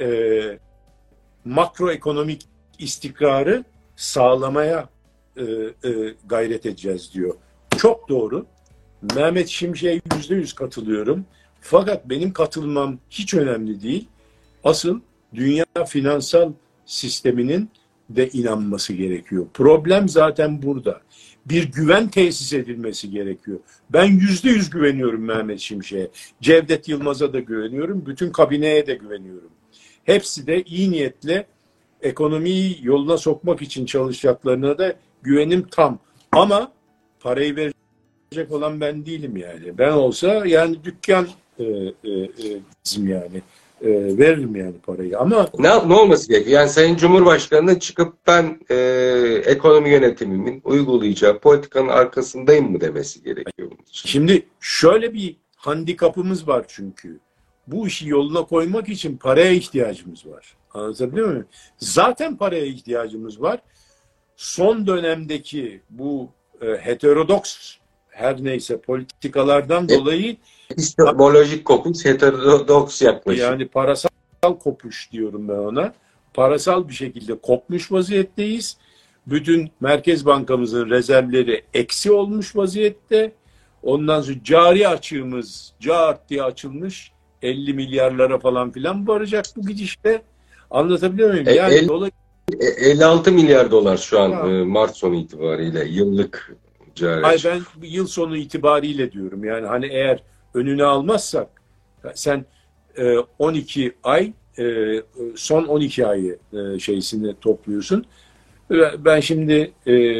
makroekonomik istikrarı sağlamaya gayret edeceğiz diyor. Çok doğru. Mehmet Şimşek'e %100 katılıyorum. Fakat benim katılmam hiç önemli değil. Asıl dünya finansal sisteminin de inanması gerekiyor. Problem zaten burada. Bir güven tesis edilmesi gerekiyor. Ben %100 güveniyorum Mehmet Şimşek'e. Cevdet Yılmaz'a da güveniyorum. Bütün kabineye de güveniyorum. Hepsi de iyi niyetle ekonomiyi yoluna sokmak için çalışacaklarına da güvenim tam. Ama parayı verecek olan ben değilim yani. Ben olsa yani dükkan bizim yani. Veririm yani parayı ama... Ne olması gerekiyor? Yani Sayın Cumhurbaşkanı'nın çıkıp ben ekonomi yönetimimin uygulayacağı politikanın arkasındayım mı demesi gerekiyor. Şimdi şöyle bir handikapımız var çünkü. Bu işi yoluna koymak için paraya ihtiyacımız var. Anlatabiliyor muyum? Zaten paraya ihtiyacımız var. Son dönemdeki bu heterodoks her neyse politikalardan dolayı epistemolojik kopuş, heterodoks yaklaşım. Yani parasal kopuş diyorum ben ona. Parasal bir şekilde kopmuş vaziyetteyiz. Bütün Merkez Bankamızın rezervleri eksi olmuş vaziyette. Ondan sonra cari açığımız cart diye açılmış. 50 milyarlara falan filan varacak bu gidişte. Anlatabiliyor muyum? Yani 56 milyar dolar şu an ya, Mart sonu itibariyle yıllık cari ay açık. ben yıl sonu itibariyle diyorum. Yani hani eğer önüne almazsak sen 12 ay son 12 ayı şeysini topluyorsun. Ben şimdi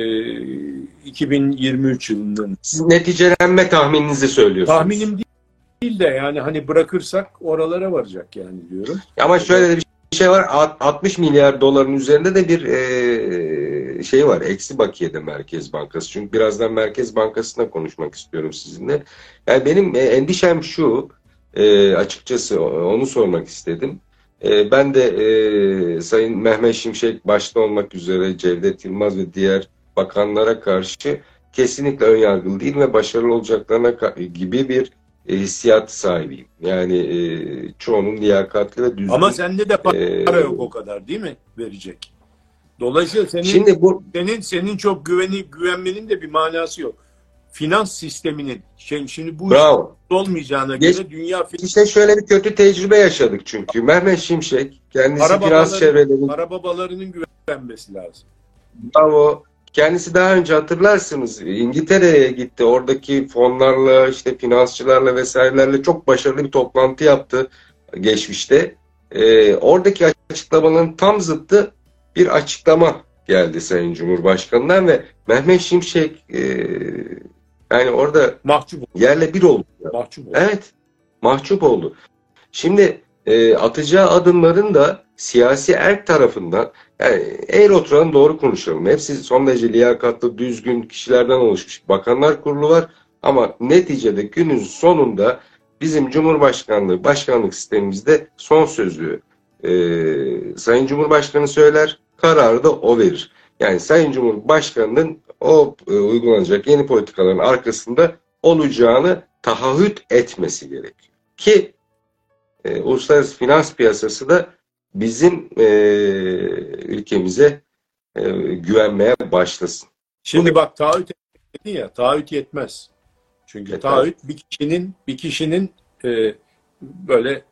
2023 yılının Siz neticelenme tahmininizi söylüyorsunuz. tahminim değil de yani hani bırakırsak oralara varacak yani diyorum. Ama şöyle de bir şey var. 60 milyar doların üzerinde de bir şey var. Eksi bakiyede Merkez Bankası. Çünkü birazdan Merkez Bankası'nda konuşmak istiyorum sizinle. Yani benim endişem şu. Açıkçası onu sormak istedim. Ben de Sayın Mehmet Şimşek başta olmak üzere Cevdet Yılmaz ve diğer bakanlara karşı kesinlikle önyargılı değil ve başarılı olacaklarına gibi bir hissiyat sahibiyim. Yani çoğunun liyakatli ve düzgün. Ama sende de para yok o kadar değil mi verecek? Dolayısıyla Şimdi bu senin çok güvenmenin de bir manası yok. Finans sisteminin şimdi bu iş bravo. olmayacağına göre dünya İşte şöyle bir kötü tecrübe yaşadık çünkü. Mehmet Şimşek kendisi finans çevrelerinin para babalarının güvenmesi lazım. bravo. Kendisi daha önce hatırlarsınız İngiltere'ye gitti. Oradaki fonlarla işte finansçılarla vesairelerle çok başarılı bir toplantı yaptı geçmişte. Oradaki açıklamaların tam zıttı bir açıklama geldi Sayın Cumhurbaşkanı'ndan ve Mehmet Şimşek yani orada Mahcup oldu. yerle bir oldu. Mahcup oldu. Evet, mahcup oldu. Şimdi atacağı adımların da siyasi erk tarafından yani eğri oturalım doğru konuşalım. Hepsi son derece liyakatlı, düzgün kişilerden oluşmuş bakanlar kurulu var. Ama neticede günün sonunda bizim Cumhurbaşkanlığı, başkanlık sistemimizde son sözü Sayın Cumhurbaşkanı söyler, kararı da o verir. Yani Sayın Cumhurbaşkanı'nın o uygulanacak yeni politikaların arkasında olacağını taahhüt etmesi gerekiyor. Ki uluslararası finans piyasası da bizim ülkemize güvenmeye başlasın. Şimdi bak taahhüt dedin ya, taahhüt yetmez. Çünkü Yeter. taahhüt bir kişinin böyle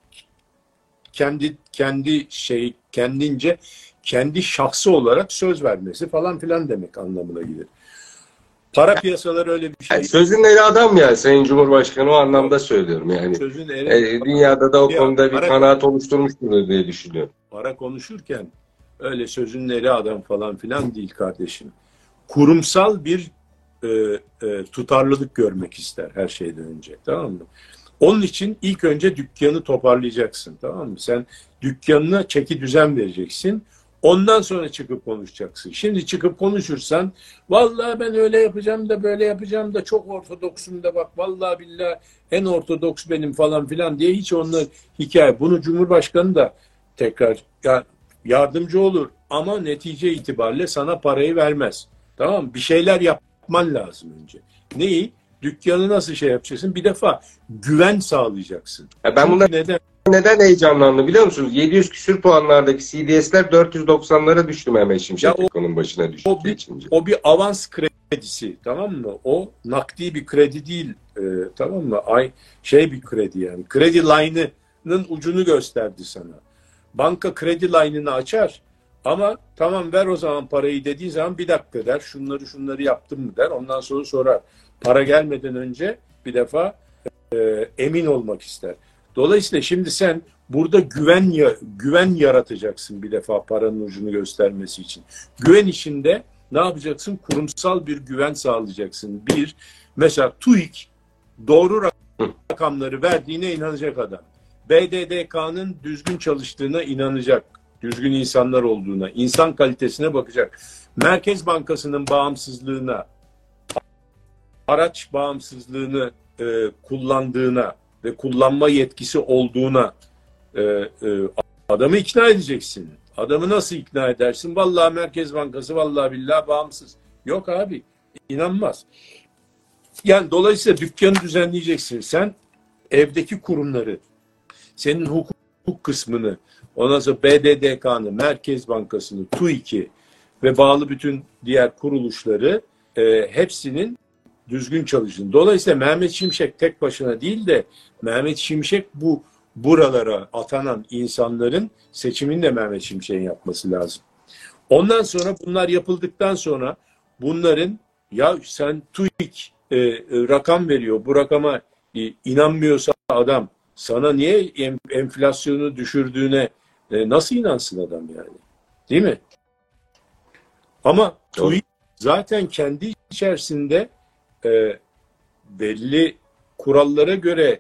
kendince kendi şahsı olarak söz vermesi falan filan demek anlamına gelir. Para piyasaları öyle bir şey. Yani sözün eri adam ya Sayın Cumhurbaşkanı o anlamda söylüyorum yani. Sözün eri Dünyada da o ya, konuda bir kanaat oluşturmuştur diye düşünüyorum. para konuşurken öyle sözün eri adam falan filan değil kardeşim. Kurumsal bir tutarlılık görmek ister her şeyden önce, tamam mı? Onun için ilk önce dükkanı toparlayacaksın, tamam mı? Sen dükkanına çeki düzen vereceksin. Ondan sonra çıkıp konuşacaksın. Şimdi çıkıp konuşursan vallahi ben öyle yapacağım da böyle yapacağım da çok ortodoksum da bak vallahi billahi en ortodoks benim falan filan diye hiç onlar hikaye. Bunu Cumhurbaşkanı da tekrar yardımcı olur ama netice itibariyle sana parayı vermez. Tamam mı? Bir şeyler yapman lazım önce. Neyi? Dükkanı nasıl şey yapacaksın? Bir defa güven sağlayacaksın. Ben bunlar neden heyecanlandı biliyor musunuz? 700 küsür puanlardaki CDS'ler 490'lara düştü Mehmet Şimşek onun başına düştü. O bir avans kredisi, tamam mı? O nakdi bir kredi değil, tamam mı? Bir kredi yani. Kredi line'ının ucunu gösterdi sana. Banka kredi line'ını açar ama tamam ver o zaman parayı dediği zaman bir dakika der. Şunları yaptım mı der. Ondan sonra sorar. Para gelmeden önce bir defa emin olmak ister. Dolayısıyla şimdi sen burada güven yaratacaksın bir defa paranın ucunu göstermesi için. Güven içinde ne yapacaksın? Kurumsal bir güven sağlayacaksın. Mesela TÜİK doğru rakamları verdiğine inanacak adam. BDDK'nın düzgün çalıştığına inanacak. Düzgün insanlar olduğuna, insan kalitesine bakacak. Merkez Bankası'nın bağımsızlığına, araç bağımsızlığını kullandığına ve kullanma yetkisi olduğuna adamı ikna edeceksin. Adamı nasıl ikna edersin? Vallahi Merkez Bankası vallahi billahi bağımsız. Yok abi, inanmaz. Yani dolayısıyla dükkanı düzenleyeceksin. Sen evdeki kurumları, senin hukuk kısmını, ondan sonra BDDK'nı, Merkez Bankası'nı, TÜİK'i ve bağlı bütün diğer kuruluşları hepsinin düzgün çalışın. Dolayısıyla Mehmet Şimşek tek başına değil de Mehmet Şimşek buralara atanan insanların seçimini de Mehmet Şimşek'in yapması lazım. Ondan sonra bunlar yapıldıktan sonra bunların ya sen TÜİK rakam veriyor, bu rakama inanmıyorsa adam sana niye enflasyonu düşürdüğüne nasıl inansın adam yani? Değil mi? Ama TÜİK zaten kendi içerisinde belli kurallara göre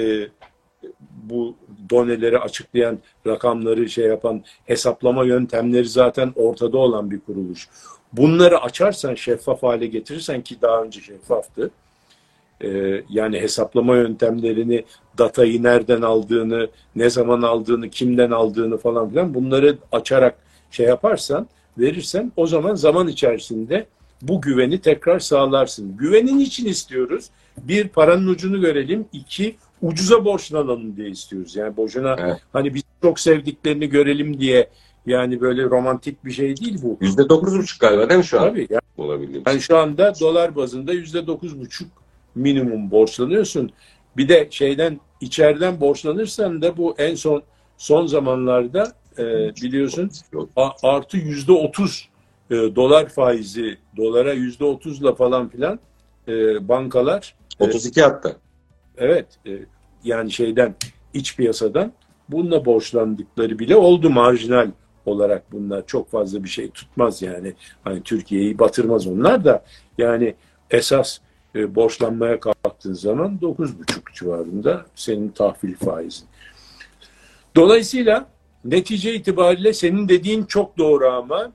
bu doneleri açıklayan, rakamları şey yapan, hesaplama yöntemleri zaten ortada olan bir kuruluş. Bunları açarsan, şeffaf hale getirirsen, ki daha önce şeffaftı, yani hesaplama yöntemlerini, datayı nereden aldığını, ne zaman aldığını, kimden aldığını falan filan, bunları açarak şey yaparsan, verirsen, o zaman içerisinde bu güveni tekrar sağlarsın. Güvenin için istiyoruz. Bir, paranın ucunu görelim. İki, ucuza borçlanalım diye istiyoruz. Yani boşuna hani biz çok sevdiklerini görelim diye, yani böyle romantik bir şey değil bu. %9,5 galiba değil mi şu an? Tabii. Olabildiğim yani şu anda dolar bazında %9,5 minimum borçlanıyorsun. Bir de içeriden borçlanırsan da bu en son zamanlarda biliyorsun artı %30 dolar faizi, dolara %30'la falan filan bankalar 32 hatta. Evet, yani iç piyasadan bununla borçlandıkları bile oldu, marjinal olarak. Bunlar çok fazla bir şey tutmaz yani. Hani Türkiye'yi batırmaz onlar da. Yani esas borçlanmaya kalktığın zaman 9,5 civarında senin tahvil faizin. Dolayısıyla netice itibariyle senin dediğin çok doğru ama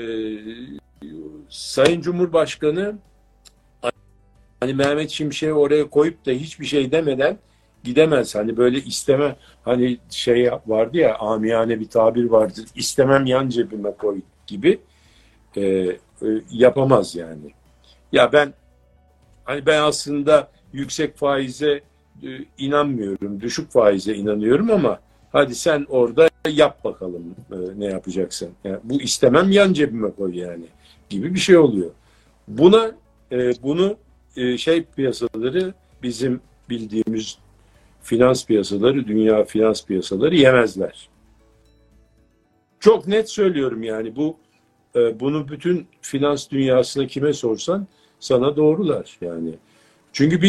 Sayın Cumhurbaşkanı hani Mehmet Şimşek'i oraya koyup da hiçbir şey demeden gidemez. Hani böyle isteme, hani vardı ya, amiyane bir tabir vardır. İstemem yan cebime koy gibi yapamaz yani. Ya ben aslında yüksek faize inanmıyorum. Düşük faize inanıyorum ama hadi sen orada yap bakalım ne yapacaksın. Yani bu istemem yan cebime koy yani gibi bir şey oluyor. Bunu piyasaları, bizim bildiğimiz finans piyasaları, dünya finans piyasaları yemezler. Çok net söylüyorum yani bunu bütün finans dünyasına kime sorsan sana doğrular yani. Çünkü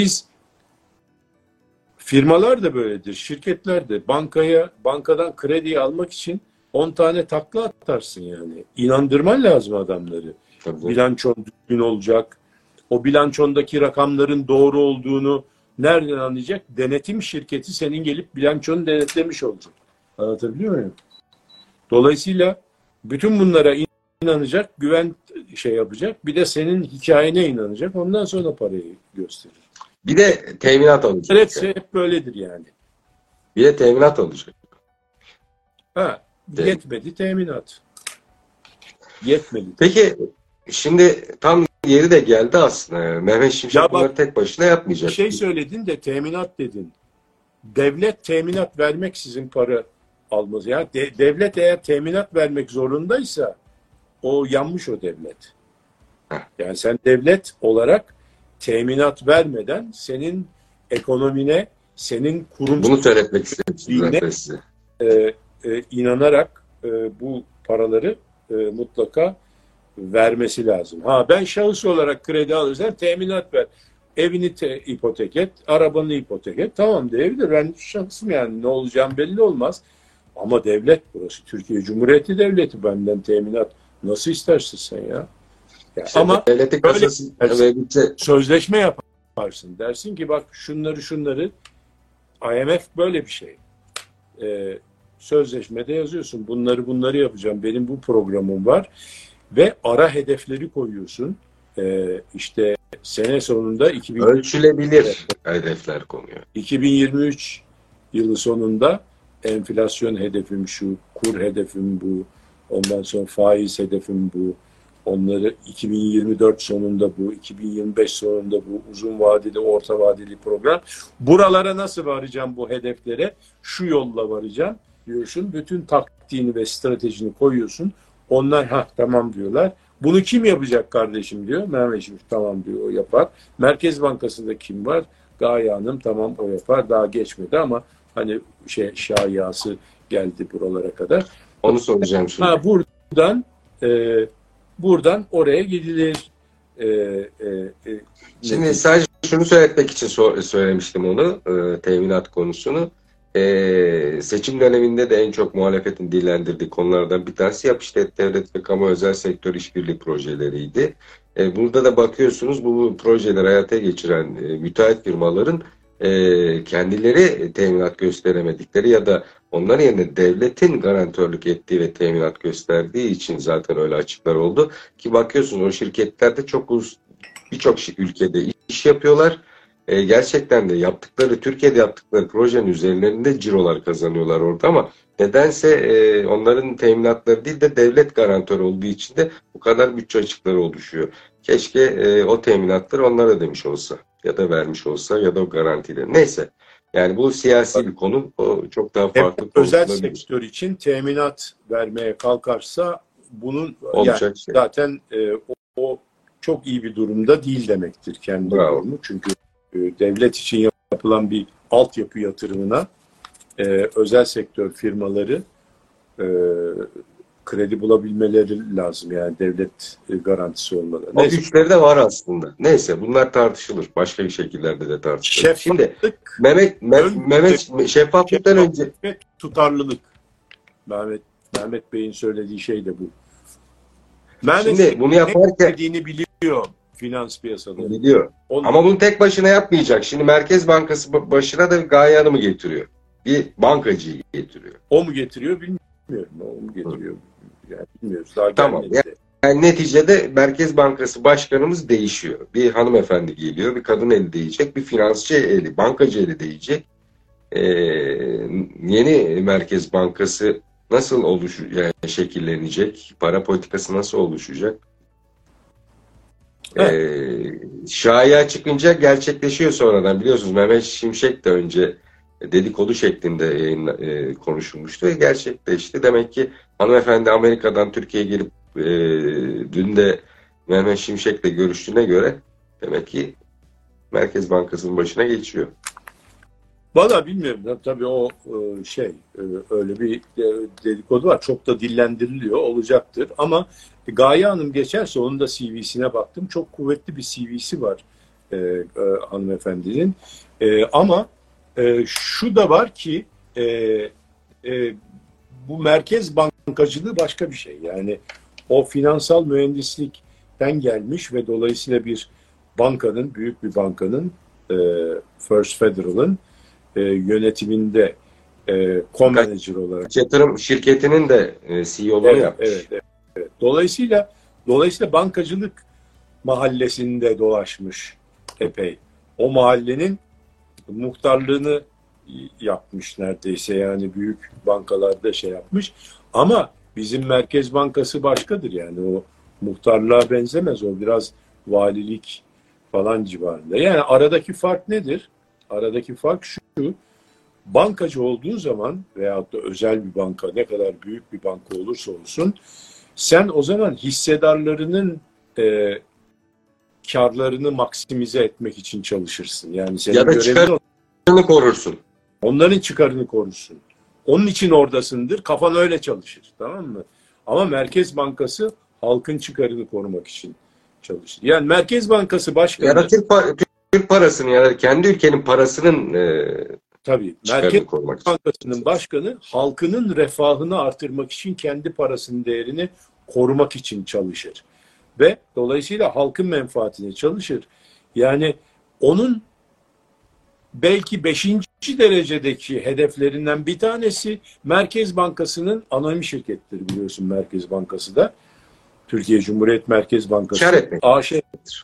firmalar da böyledir, şirketler de bankadan kredi almak için 10 tane takla atarsın yani. İnandırman lazım adamları. Tabii. Bilançon düzgün olacak. O bilançondaki rakamların doğru olduğunu nereden anlayacak? Denetim şirketi senin gelip bilançonu denetlemiş olacak. Anlatabiliyor muyum? Dolayısıyla bütün bunlara inanacak, güven yapacak. Bir de senin hikayene inanacak. Ondan sonra parayı gösterir. Bir de teminat alacak. Evet, hep böyledir yani. Bir de teminat alacak. Yetmedi teminat. Yetmedi. Peki şimdi tam yeri de geldi aslında. Mehmet Şimşek bunları tek başına yapmayacak. Bir şey söyledin de teminat dedin. Devlet teminat vermeksizin para almaz. Yani devlet eğer teminat vermek zorundaysa o yanmış o devlet. Yani sen devlet olarak teminat vermeden senin ekonomine, senin kurumsal... Bunu söyletmek istedim inanarak bu paraları mutlaka vermesi lazım. Ben şahıs olarak kredi alırsam teminat ver. Evini ipotek et, arabanı ipotek et. Tamam diyebilir. Ben şahsım yani, ne olacağım belli olmaz. Ama devlet, burası Türkiye Cumhuriyeti Devleti, benden teminat nasıl istersin sen ya? Ama böyle sözleşme yaparsın. Dersin ki bak şunları IMF böyle bir şey. Sözleşmede yazıyorsun. Bunları yapacağım. Benim bu programım var. Ve ara hedefleri koyuyorsun. İşte sene sonunda ölçülebilir hedefler konuyor. 2023 yılı sonunda enflasyon hedefim şu, kur hedefim bu, ondan sonra faiz hedefim bu, onları 2024 sonunda bu, 2025 sonunda bu, uzun vadeli, orta vadeli program. Buralara nasıl varacağım bu hedeflere? Şu yolla varacağım diyorsun. Bütün taktiğini ve stratejini koyuyorsun. Onlar tamam diyorlar. Bunu kim yapacak kardeşim diyor. Mehmet Şimşek tamam diyor, o yapar. Merkez Bankası'nda kim var? Gaye Hanım tamam o yapar. Daha geçmedi ama hani şayası geldi buralara kadar. Onu soracağım şimdi. Buradan oraya gidilir. Şimdi sadece şunu söyletmek için söylemiştim onu, teminat konusunu. Seçim döneminde de en çok muhalefetin dillendirdiği konulardan bir tanesi yap işlet devlet ve kamu özel sektör işbirliği projeleriydi. Burada da bakıyorsunuz bu projeleri hayata geçiren müteahhit firmaların kendileri teminat gösteremedikleri ya da onların yerine devletin garantörlük ettiği ve teminat gösterdiği için zaten öyle açıklar oldu. Ki bakıyorsunuz o şirketlerde birçok ülkede iş yapıyorlar. Gerçekten de Türkiye'de yaptıkları projenin üzerlerinde cirolar kazanıyorlar orada ama nedense onların teminatları değil de devlet garantör olduğu için de bu kadar bütçe açıkları oluşuyor. Keşke o teminatları onlara demiş olsa ya da vermiş olsa ya da o garantileri. Neyse. Yani bu siyasi bir konu. O çok daha farklı. Özel sektör için teminat vermeye kalkarsa bunun yani zaten o çok iyi bir durumda değil demektir kendi durumu. Çünkü devlet için yapılan bir altyapı yatırımına özel sektör firmaları kredi bulabilmeleri lazım. Yani devlet garantisi olmadan. O güçleri de var aslında. Neyse bunlar tartışılır. Başka bir şekillerde de tartışılır. Şimdi Mehmet şeffaflıktan önce tutarlılık. Mehmet Bey'in söylediği şey de bu. Şimdi bunu yaparken dediğini biliyor finans piyasaları. Biliyor. Ama bunu tek başına yapmayacak. Şimdi Merkez Bankası başına da Gaye Hanım'ı getiriyor. Bir bankacıyı getiriyor. O mu getiriyor bilmiyorum. O mu getiriyor? Yani bilmiyoruz. Daha tamam. Yani neticede Merkez Bankası başkanımız değişiyor. Bir hanımefendi geliyor, bir kadın eli değecek, bir finansçı eli, bankacı eli değecek. Yeni Merkez Bankası nasıl yani şekillenecek? Para politikası nasıl oluşacak? Şaya çıkınca gerçekleşiyor sonradan. Biliyorsunuz Mehmet Şimşek de önce dedikodu şeklinde konuşulmuştu ve gerçekleşti. Demek ki hanımefendi Amerika'dan Türkiye'ye gelip dün de Mehmet Şimşek'le görüştüğüne göre demek ki Merkez Bankası'nın başına geçiyor. Valla bilmiyorum. Tabii o öyle bir dedikodu var. Çok da dillendiriliyor. Olacaktır. Ama Gaye Hanım geçerse onun da CV'sine baktım. Çok kuvvetli bir CV'si var hanımefendinin. Ama şu da var ki bu merkez bankacılığı başka bir şey. Yani o finansal mühendislikten gelmiş ve dolayısıyla bir bankanın, büyük bir bankanın First Federal'ın yönetiminde co-manager olarak. Yatırım şirketinin de CEO'ları yapmış. Evet. Dolayısıyla bankacılık mahallesinde dolaşmış epey. O mahallenin muhtarlığını yapmış neredeyse, yani büyük bankalarda yapmış. Ama bizim Merkez Bankası başkadır yani, o muhtarlığa benzemez, o biraz valilik falan civarında. Yani aradaki fark nedir? Aradaki fark şu: bankacı olduğu zaman veyahut da özel bir banka, ne kadar büyük bir banka olursa olsun, sen o zaman hissedarlarının karlarını maksimize etmek için çalışırsın. Yani senin ya da çıkarını korursun. Onların çıkarını korursun. Onun için oradasındır. Kafan öyle çalışır. Tamam mı? Ama Merkez Bankası halkın çıkarını korumak için çalışır. Yani Merkez Bankası başkanı... Ya da Türk parasını ya da kendi ülkenin parasının tabii Merkez Bankası'nın başkanı halkının refahını artırmak için kendi parasının değerini korumak için çalışır. Ve dolayısıyla halkın menfaatine çalışır. Yani onun belki 5. derecedeki hedeflerinden bir tanesi Merkez Bankası'nın anonim şirketleri, biliyorsun Merkez Bankası da. Türkiye Cumhuriyet Merkez Bankası AŞ.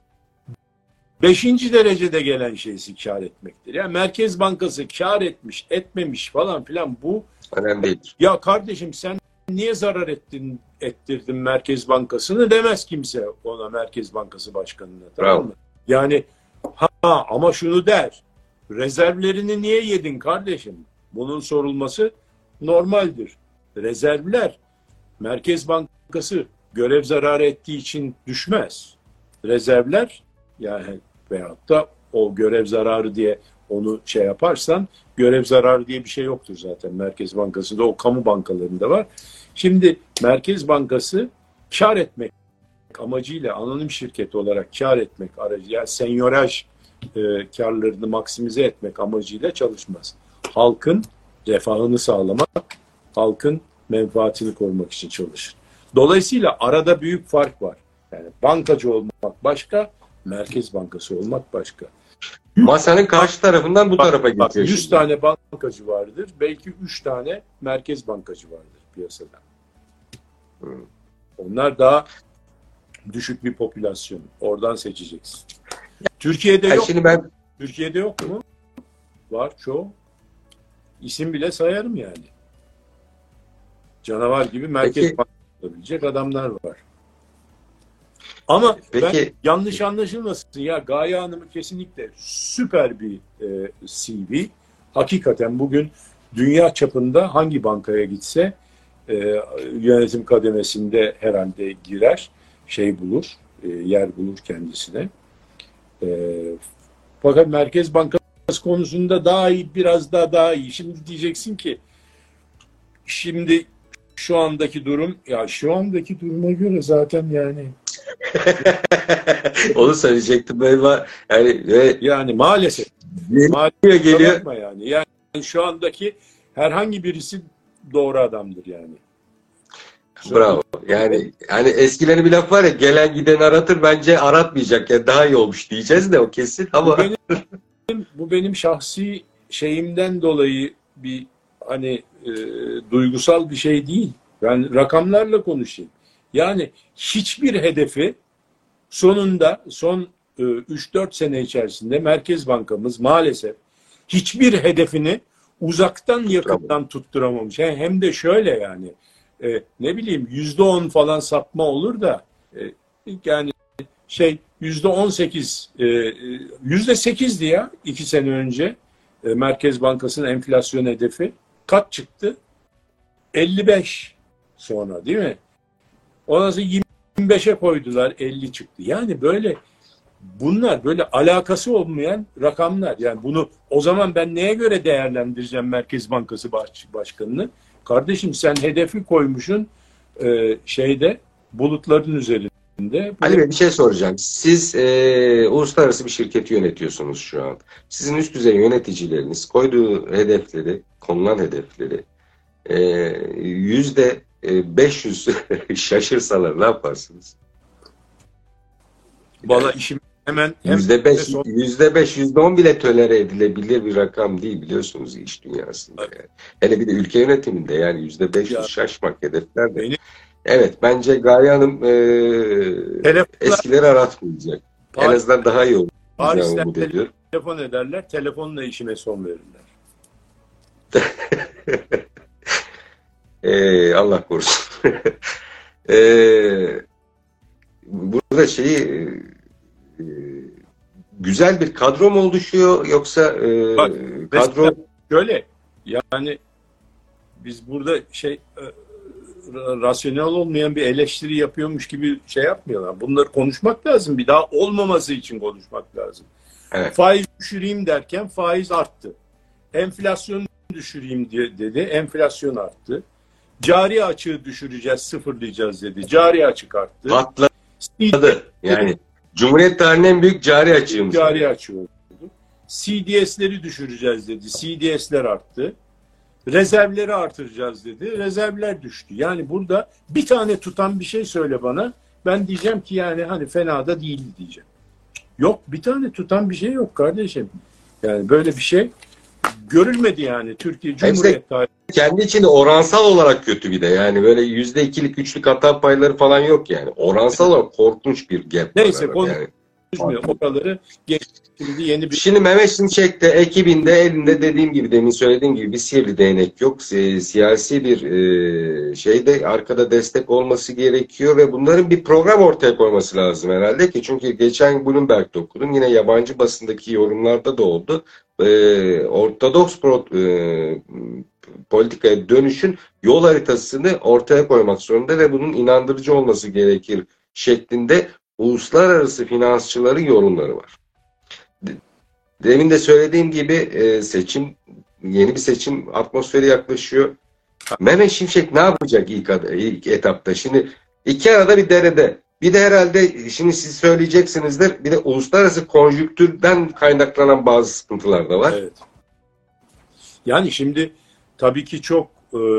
5. derecede gelen şeysi kar etmektir. Yani Merkez Bankası kar etmiş, etmemiş falan filan, bu önemli değildir. Ya kardeşim, sen niye zarar ettirdin Merkez Bankası'nı demez kimse ona, Merkez Bankası başkanına. Tamam mı? Yani ama şunu der: rezervlerini niye yedin kardeşim? Bunun sorulması normaldir. Rezervler Merkez Bankası görev zararı ettiği için düşmez. Rezervler yani veyahut da o görev zararı diye onu şey yaparsan, görev zararı diye bir şey yoktur zaten Merkez Bankası'nda, o kamu bankalarında var. Şimdi Merkez Bankası kar etmek amacıyla, anonim şirket olarak kar etmek aracı, yani senyoraj karlarını maksimize etmek amacıyla çalışmaz. Halkın refahını sağlamak, halkın menfaatini korumak için çalışır. Dolayısıyla arada büyük fark var. Yani bankacı olmak başka, Merkez Bankası olmak başka. Masanın karşı tarafından bu tarafa gidiyor. 100 tane bankacı vardır. Belki 3 tane Merkez Bankacı vardır piyasada. Onlar daha düşük bir popülasyon. Oradan seçeceksin. Türkiye'de yok. Şimdi ben... Türkiye'de yok mu? Var çoğu. İsim bile sayarım yani. Canavar gibi Merkez Bankası olabilecek adamlar var. Ama ben yanlış anlaşılmasın ya, Gaye Hanım'ı kesinlikle süper bir CV. Hakikaten bugün dünya çapında hangi bankaya gitse yönetim kademesinde herhalde girer, şey bulur, yer bulur kendisine. Fakat Merkez Bankası konusunda daha iyi, biraz daha iyi. Şimdi diyeceksin ki şimdi şu andaki durum, ya şu andaki duruma göre zaten yani onu söyleyecektim ben, yani maalesef geliyor. Yani şu andaki herhangi birisi doğru adamdır yani. Bravo. Yani hani eskilerin bir laf var ya, gelen giden aratır, bence aratmayacak yani, daha iyi olmuş diyeceğiz de o kesin ama bu benim şahsi şeyimden dolayı bir hani duygusal bir şey değil. Ben rakamlarla konuşayım. Yani hiçbir hedefi sonunda son 3-4 sene içerisinde Merkez Bankamız maalesef hiçbir hedefini uzaktan yakından tutturamamış. Hem de şöyle yani ne bileyim %10 falan sapma olur da yani %18 %8'di ya 2 sene önce Merkez Bankası'nın enflasyon hedefi. Kaç çıktı? 55 sonra değil mi? Ondan sonra 25'e koydular, 50 çıktı. Yani bunlar böyle alakası olmayan rakamlar. Yani bunu o zaman ben neye göre değerlendireceğim Merkez Bankası Başkanı'nı? Kardeşim sen hedefi koymuşsun bulutların üzerinde. Ali Bey, bir şey soracağım. Siz uluslararası bir şirketi yönetiyorsunuz şu an. Sizin üst düzey yöneticileriniz koyduğu hedefleri, konulan hedefleri %500 şaşırsalar ne yaparsınız? Valla işim hemen %5, %10 bile tolere edilebilir bir rakam değil, biliyorsunuz iş dünyasında. Yani. Hele bir de ülke yönetiminde yani %500 şaşmak hedefler de. Evet, bence Gaye Hanım eskileri aratmayacak. En azından daha iyi olur. Paris'ten telefon ederler, telefonla işime son verirler. Allah korusun. Burada güzel bir kadro mu oluşuyor yoksa kadro şöyle yani biz burada rasyonel olmayan bir eleştiri yapıyormuş gibi yapmıyorlar. Bunları konuşmak lazım. Bir daha olmaması için konuşmak lazım. Evet. Faiz düşüreyim derken faiz arttı. Enflasyonu düşüreyim dedi. Enflasyon arttı. Cari açığı düşüreceğiz, sıfırlayacağız dedi. Cari açık arttı. Patladı. Yani Cumhuriyet tarihinin en büyük cari açığımız. Cari açığı oldu. CDS'leri düşüreceğiz dedi. CDS'ler arttı. Rezervleri artıracağız dedi. Rezervler düştü. Yani burada bir tane tutan bir şey söyle bana. Ben diyeceğim ki yani hani fena da değildi diyeceğim. Yok, bir tane tutan bir şey yok kardeşim. Yani böyle bir şey görülmedi yani Türkiye Cumhuriyet tarihi. Kendi içinde oransal olarak kötü bir de. Yani böyle %2'lik 3'lük hata payları falan yok yani. Oransal olarak korkunç bir gap. Neyse konumuz çözmüyor. Oraları şimdi yeni bir... Şimdi Mehmet Şimşek de ekibinde elinde dediğim gibi demin söylediğim gibi bir sihirli değnek yok. Siyasi bir şeyde arkada destek olması gerekiyor ve bunların bir program ortaya koyması lazım herhalde ki çünkü geçen Bloomberg'de okudum yine yabancı basındaki yorumlarda da oldu. Ortodoks politikaya dönüşün yol haritasını ortaya koymak zorunda ve bunun inandırıcı olması gerekir şeklinde uluslararası finansçıların yorumları var. Demin de söylediğim gibi yeni bir seçim atmosferi yaklaşıyor. Mehmet Şimşek ne yapacak ilk etapta? Şimdi iki arada bir derede. Bir de herhalde şimdi siz söyleyeceksinizdir. Bir de uluslararası konjüktürden kaynaklanan bazı sıkıntılar da var. Evet. Yani şimdi tabii ki çok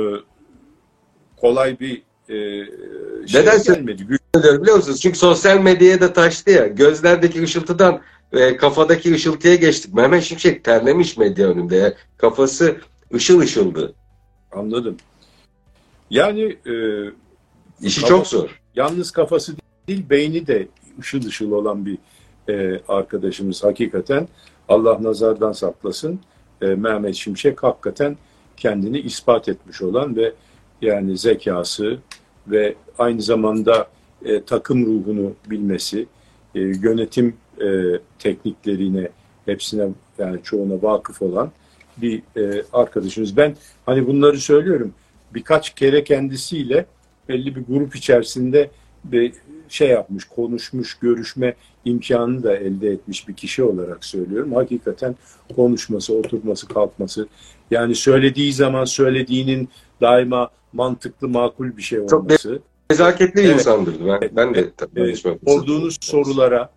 kolay bir şey gelmedi. Biliyor musunuz? Çünkü sosyal medyaya da taştı ya. Gözlerdeki ışıltıdan kafadaki ışıltıya geçtik. Mehmet Şimşek terlemiş medya önünde ya. Kafası ışıl ışıldı. Anladım. Yani işi çok zor. Yalnız kafası değil, beyni de ışıl ışıl olan bir arkadaşımız hakikaten. Allah nazardan saklasın. Mehmet Şimşek hakikaten kendini ispat etmiş olan ve yani zekası ve aynı zamanda takım ruhunu bilmesi, yönetim tekniklerine hepsine yani çoğuna vakıf olan bir arkadaşımız. Ben hani bunları söylüyorum. Birkaç kere kendisiyle belli bir grup içerisinde bir şey yapmış, konuşmuş, görüşme imkanını da elde etmiş bir kişi olarak söylüyorum. Hakikaten konuşması, oturması, kalkması yani söylediği zaman söylediğinin daima mantıklı, makul bir şey olması. Çok nezaketli bir insandır. Ben de sorduğunuz sorulara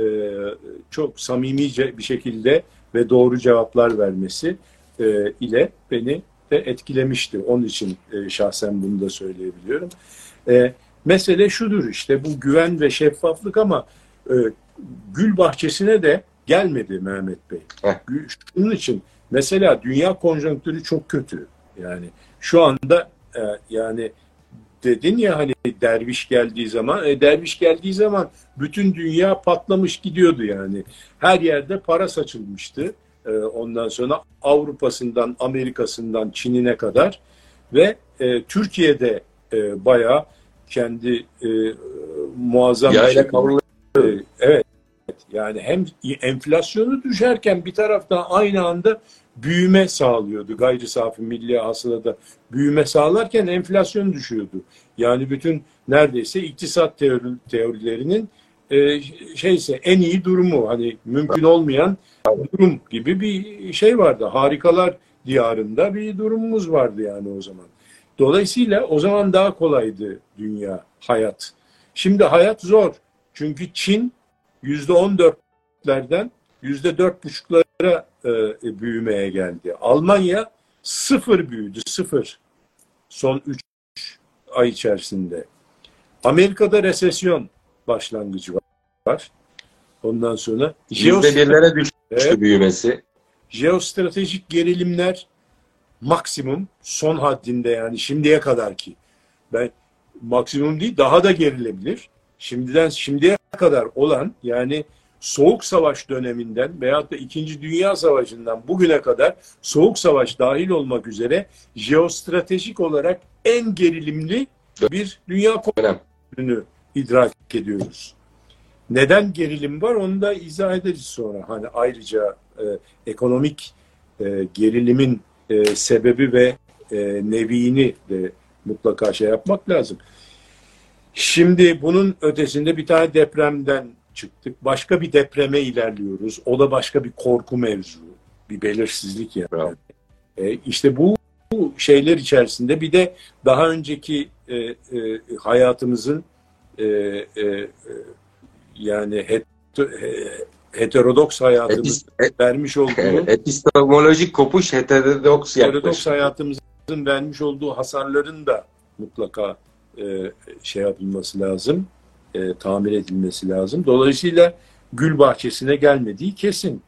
çok samimice bir şekilde ve doğru cevaplar vermesi ile beni de etkilemişti. Onun için şahsen bunu da söyleyebiliyorum. Mesele şudur işte bu güven ve şeffaflık ama gül bahçesine de gelmedi Mehmet Bey. Şunun için mesela dünya konjonktürü çok kötü. Yani şu anda yani dedin ya hani derviş geldiği zaman bütün dünya patlamış gidiyordu yani. Her yerde para saçılmıştı. Ondan sonra Avrupa'sından, Amerika'sından, Çin'ine kadar ve Türkiye'de bayağı kendi muazzam bir şekilde evet yani hem enflasyonu düşerken bir taraftan aynı anda büyüme sağlıyordu. Gayri safi milli hasılada büyüme sağlarken enflasyon düşüyordu. Yani bütün neredeyse iktisat teorilerinin en iyi durumu hani mümkün olmayan durum gibi bir şey vardı. Harikalar diyarında bir durumumuz vardı yani o zaman. Dolayısıyla o zaman daha kolaydı dünya, hayat. Şimdi hayat zor. Çünkü Çin %14'lerden %4,5'lara büyümeye geldi. Almanya 0 büyüdü, 0. Son 3 ay içerisinde. Amerika'da resesyon başlangıcı var. Ondan sonra %1'lere düştü büyümesi. Jeostratejik gerilimler maksimum son haddinde yani şimdiye kadar ki. Ben maksimum değil daha da gerilebilir. Şimdiden şimdiye kadar olan yani Soğuk Savaş döneminden veyahut da İkinci Dünya Savaşı'ndan bugüne kadar Soğuk Savaş dahil olmak üzere jeostratejik olarak en gerilimli bir dünya konjonktürünü idrak ediyoruz. Neden gerilim var onu da izah ederiz sonra. Hani ayrıca ekonomik gerilimin sebebi ve neviini de mutlaka şey yapmak lazım. Şimdi bunun ötesinde bir tane depremden çıktık. Başka bir depreme ilerliyoruz. O da başka bir korku mevzu. Bir belirsizlik yani. İşte bu şeyler içerisinde bir de daha önceki hayatımızın yani heterodoks hayatımız vermiş olduğu epistemolojik kopuş heterodoks hayatımızın vermiş olduğu hasarların da mutlaka şey yapılması lazım, tamir edilmesi lazım. Dolayısıyla gül bahçesine gelmediği kesin.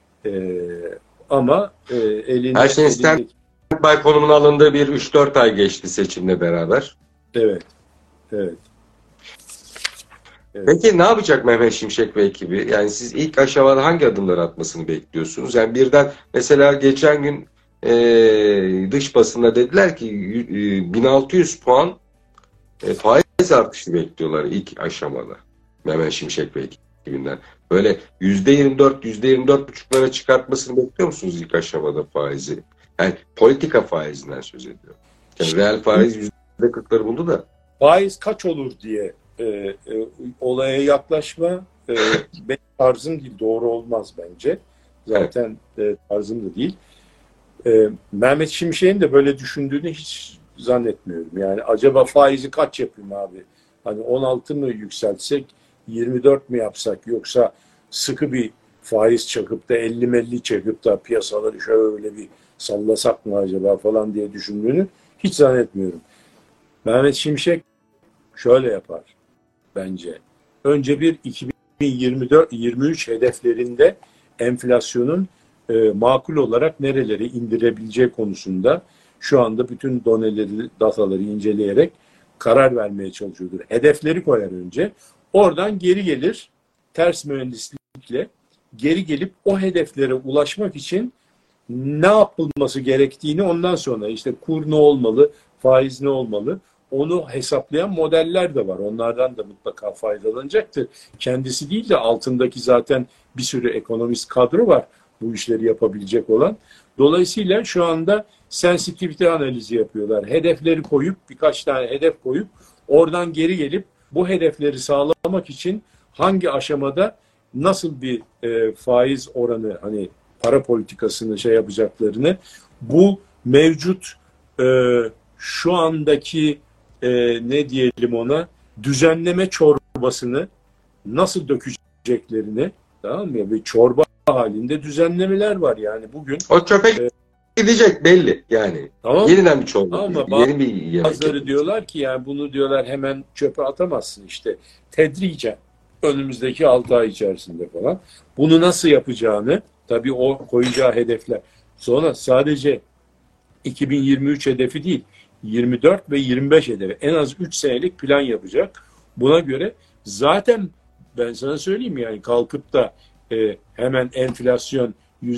Ama elinde... Her şeyin stand-by konumuna alındığı bir 3-4 ay geçti seçimle beraber. Evet, evet. Evet. Peki ne yapacak Mehmet Şimşek ve ekibi? Yani siz ilk aşamada hangi adımları atmasını bekliyorsunuz? Yani birden mesela geçen gün dış basında dediler ki 1600 puan faiz artışı bekliyorlar ilk aşamada Mehmet Şimşek ve ekibinden. Böyle %24, %24,5'lara çıkartmasını bekliyor musunuz ilk aşamada faizi? Yani politika faizinden söz ediyorum. Yani reel faiz %40'ları buldu da. Faiz kaç olur diye olaya yaklaşma benim tarzım değil, doğru olmaz bence. Zaten tarzım da değil. Mehmet Şimşek'in de böyle düşündüğünü hiç zannetmiyorum. Yani acaba faizi kaç yapayım abi? Hani 16 mı yükseltsek, 24 mi yapsak, yoksa sıkı bir faiz çakıp da 50-50 çakıp da piyasaları şöyle bir sallasak mı acaba falan diye düşündüğünü hiç zannetmiyorum. Mehmet Şimşek şöyle yapar bence. Önce bir 2024-23 hedeflerinde enflasyonun makul olarak nereleri indirebileceği konusunda şu anda bütün doneleri, dataları inceleyerek karar vermeye çalışıyordur. Hedefleri koyar önce. Oradan geri gelir, ters mühendislikle geri gelip o hedeflere ulaşmak için ne yapılması gerektiğini, ondan sonra işte kur ne olmalı, faiz ne olmalı, onu hesaplayan modeller de var. Onlardan da mutlaka faydalanacaktır. Kendisi değil de altındaki zaten bir sürü ekonomist kadro var bu işleri yapabilecek olan. Dolayısıyla şu anda sensitivite analizi yapıyorlar. Hedefleri koyup, birkaç tane hedef koyup oradan geri gelip bu hedefleri sağlamak için hangi aşamada nasıl bir faiz oranı, hani para politikasını şey yapacaklarını, bu mevcut şu andaki ne diyelim ona, düzenleme çorbasını nasıl dökeceklerini, tamam mı? Ve çorba halinde düzenlemeler var yani bugün. O çöpe gidecek belli yani. Tamam. Yeniden bir çorba. Ama Yeni bir yemek. bazıları diyorlar ki yani bunu diyorlar hemen çöpe atamazsın, işte tedricen önümüzdeki 6 ay içerisinde falan. Bunu nasıl yapacağını, tabii o koyacağı hedefler. Sonra sadece 2023 hedefi değil, 24 ve 25 hedefi. En az 3 senelik plan yapacak. Buna göre zaten ben sana söyleyeyim, yani kalkıp da hemen enflasyon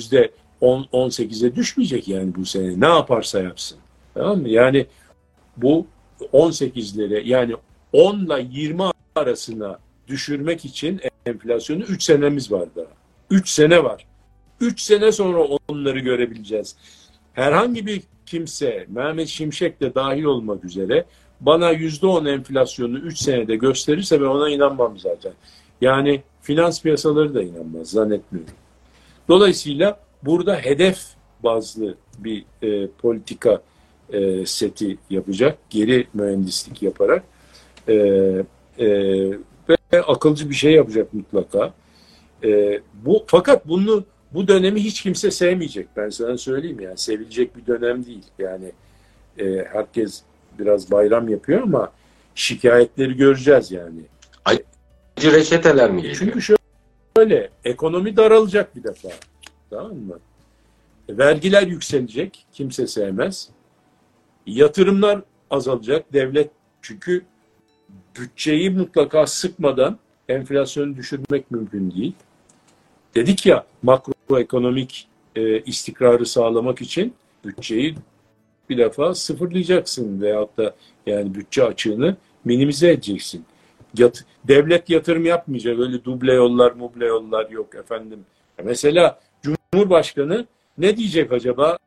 %10-18'e düşmeyecek yani bu sene. Ne yaparsa yapsın. Tamam mı? Yani bu 18'lere, yani 10 ile 20 arasına düşürmek için enflasyonu 3 senemiz var daha. 3 sene var. 3 sene sonra onları görebileceğiz. Herhangi bir kimse, Mehmet Şimşek de dahil olmak üzere, bana %10 enflasyonu 3 senede gösterirse ben ona inanmam zaten. Yani finans piyasaları da inanmaz, zannetmiyorum. Dolayısıyla burada hedef bazlı bir politika seti yapacak, geri mühendislik yaparak ve akılcı bir şey yapacak mutlaka. Fakat bu dönemi hiç kimse sevmeyecek. Ben sana söyleyeyim, yani sevilecek bir dönem değil. Yani herkes biraz bayram yapıyor ama şikayetleri göreceğiz yani. Acı reçeteler mi geliyor? Çünkü şöyle, ekonomi daralacak bir defa. Tamam mı? Vergiler yükselecek. Kimse sevmez. Yatırımlar azalacak. Devlet, çünkü bütçeyi mutlaka sıkmadan enflasyonu düşürmek mümkün değil. Dedik ya, makroekonomik istikrarı sağlamak için bütçeyi bir defa sıfırlayacaksın veyahut da yani bütçe açığını minimize edeceksin. Devlet yatırım yapmayacak. Öyle duble yollar, muble yollar yok efendim. Mesela Cumhurbaşkanı ne diyecek acaba?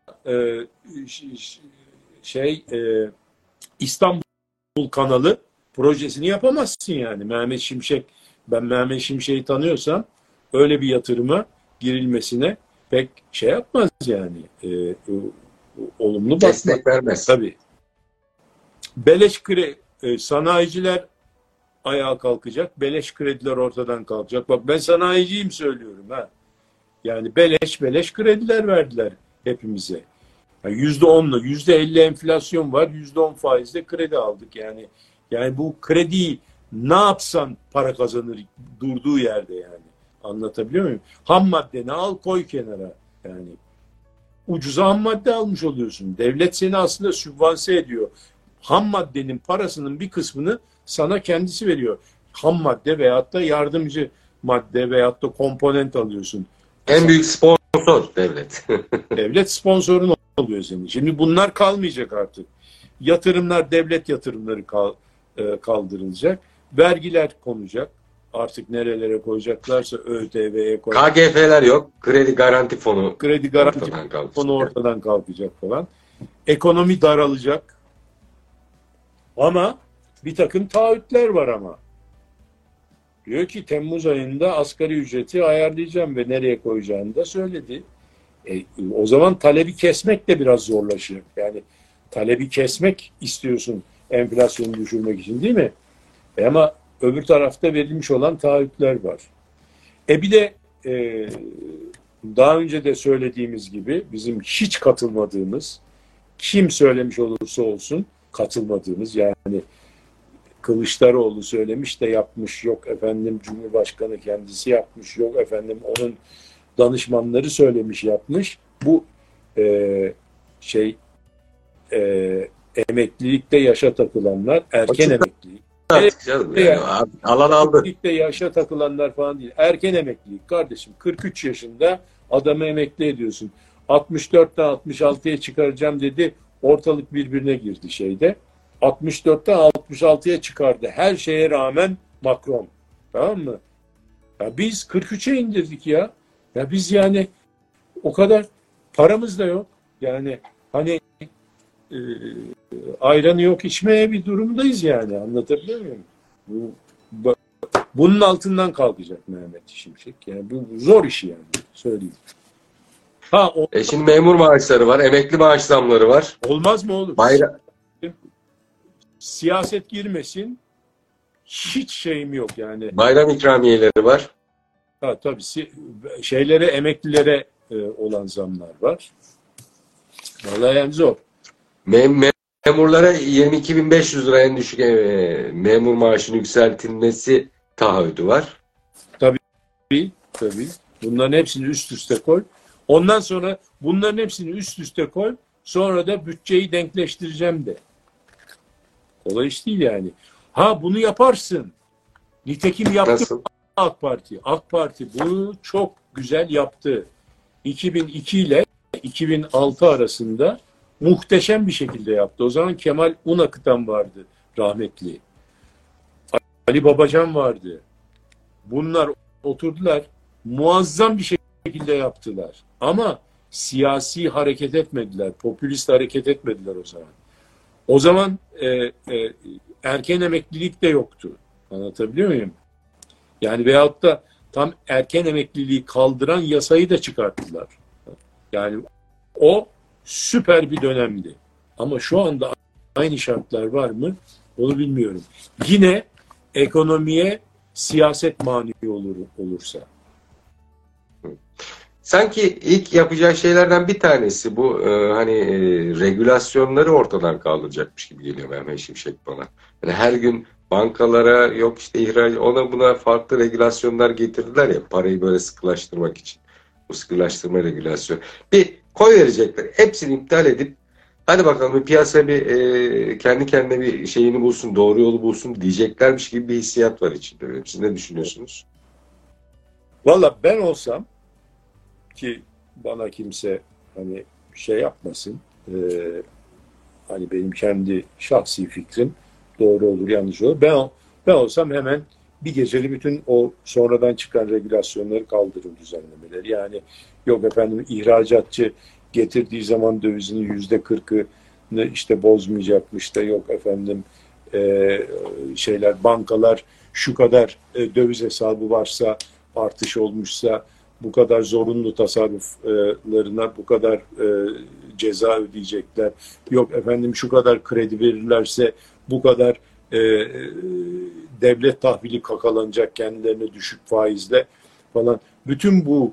İstanbul Kanalı projesini yapamazsın yani. Mehmet Şimşek, ben Mehmet Şimşek'i tanıyorsam öyle bir yatırıma girilmesine pek şey yapmaz yani. Olumlu bakmaz. Destek vermez. Tabii. Beleş sanayiciler ayağa kalkacak. Beleş krediler ortadan kalkacak. Bak, ben sanayiciyim söylüyorum ha. Yani beleş krediler verdiler hepimize. Yani %10'la %50 enflasyon var. %10 faizle kredi aldık yani. Yani bu krediyi ne yapsan para kazanır durduğu yerde yani. Anlatabiliyor muyum? Ham maddeni al, koy kenara. Yani ucuza ham madde almış oluyorsun. Devlet seni aslında sübvanse ediyor. Ham maddenin parasının bir kısmını sana kendisi veriyor. ham madde veyahut da yardımcı madde veyahut da komponent alıyorsun. En büyük sponsor devlet. Devlet sponsorun oluyor senin. Şimdi bunlar kalmayacak artık. Yatırımlar, devlet yatırımları kaldırılacak. Vergiler konacak. Artık nerelere koyacaklarsa ÖTV'ye koyacak. KGF'ler yok. Kredi garanti fonu ortadan kalkacak falan. Ekonomi daralacak. Ama bir takım taahhütler var ama. Diyor ki Temmuz ayında asgari ücreti ayarlayacağım ve nereye koyacağını da söyledi. O zaman talebi kesmek de biraz zorlaşıyor. Yani talebi kesmek istiyorsun enflasyonu düşürmek için, değil mi? Ama öbür tarafta verilmiş olan taahhütler var. Bir de daha önce de söylediğimiz gibi bizim hiç katılmadığımız, kim söylemiş olursa olsun katılmadığımız, yani Kılıçdaroğlu söylemiş de yapmış, yok efendim Cumhurbaşkanı kendisi yapmış, yok efendim onun danışmanları söylemiş yapmış. Bu emeklilikte yaşa takılanlar, erken emeklilik. Alan aldı. Emeklilikte yaşa takılanlar falan değil. Erken emeklilik kardeşim. 43 yaşında adamı emekli ediyorsun. 64'ten 66'ya çıkaracağım dedi. Ortalık birbirine girdi şeyde. 64'ten 66'ya çıkardı. Her şeye rağmen Macron. Tamam mı? Ya biz 43'e indirdik ya. Ya biz yani o kadar paramız da yok. Yani hani ayranı yok içmeye bir durumdayız yani. Anlatabiliyor muyum? Bunun altından kalkacak Mehmet Şimşek. Yani bu zor işi yani. Söyleyeyim. Şimdi memur maaşları var. Emekli maaş zamları var. Olmaz mı oğlum? Siyaset girmesin. Hiç şeyim yok yani. Bayram ikramiyeleri var. Tabii şeylere, emeklilere olan zamlar var. Vallahi yani zor. Memurlara 22.500 lira en düşük memur maaşının yükseltilmesi taahhüdü var. Tabii. Bunların hepsini üst üste koy. Ondan sonra bunların hepsini üst üste koy. Sonra da bütçeyi denkleştireceğim de. Kolay iş değil yani. Bunu yaparsın. Nitekim yaptı. Nasıl? AK Parti. AK Parti bunu çok güzel yaptı. 2002 ile 2006 arasında muhteşem bir şekilde yaptı. O zaman Kemal Unakıtan vardı rahmetli. Ali Babacan vardı. Bunlar oturdular. Muazzam bir şekilde yaptılar. Ama siyasi hareket etmediler. Popülist hareket etmediler o zaman. O zaman erken emeklilik de yoktu. Anlatabiliyor muyum? Yani veyahut da tam erken emekliliği kaldıran yasayı da çıkarttılar. Yani o süper bir dönemdi. Ama şu anda aynı şartlar var mı? Onu bilmiyorum. Yine ekonomiye siyaset mani olursa. Sanki ilk yapacağı şeylerden bir tanesi bu regülasyonları ortadan kaldıracakmış gibi geliyor Mehmet Şimşek bana. Yani her gün bankalara yok işte ihraç, ona buna farklı regülasyonlar getirdiler ya, parayı böyle sıkılaştırmak için. Bu sıkılaştırma regülasyon. Bir koy verecekler. Hepsini iptal edip hadi bakalım bir piyasa kendi kendine bir şeyini bulsun, doğru yolu bulsun diyeceklermiş gibi bir hissiyat var içinde. Siz ne düşünüyorsunuz? Valla ben olsam, ki bana kimse hani şey yapmasın, hani benim kendi şahsi fikrim doğru olur yanlış olur. Ben olsam hemen bir geceli bütün o sonradan çıkan regülasyonları kaldırır, düzenlemeleri. Yani yok efendim ihracatçı getirdiği zaman dövizinin %40'ını işte bozmayacakmış da, yok efendim bankalar şu kadar döviz hesabı varsa, artış olmuşsa bu kadar zorunlu tasarruflarına bu kadar ceza ödeyecekler. Yok efendim şu kadar kredi verirlerse bu kadar devlet tahvili kakalanacak kendilerine düşük faizle falan. Bütün bu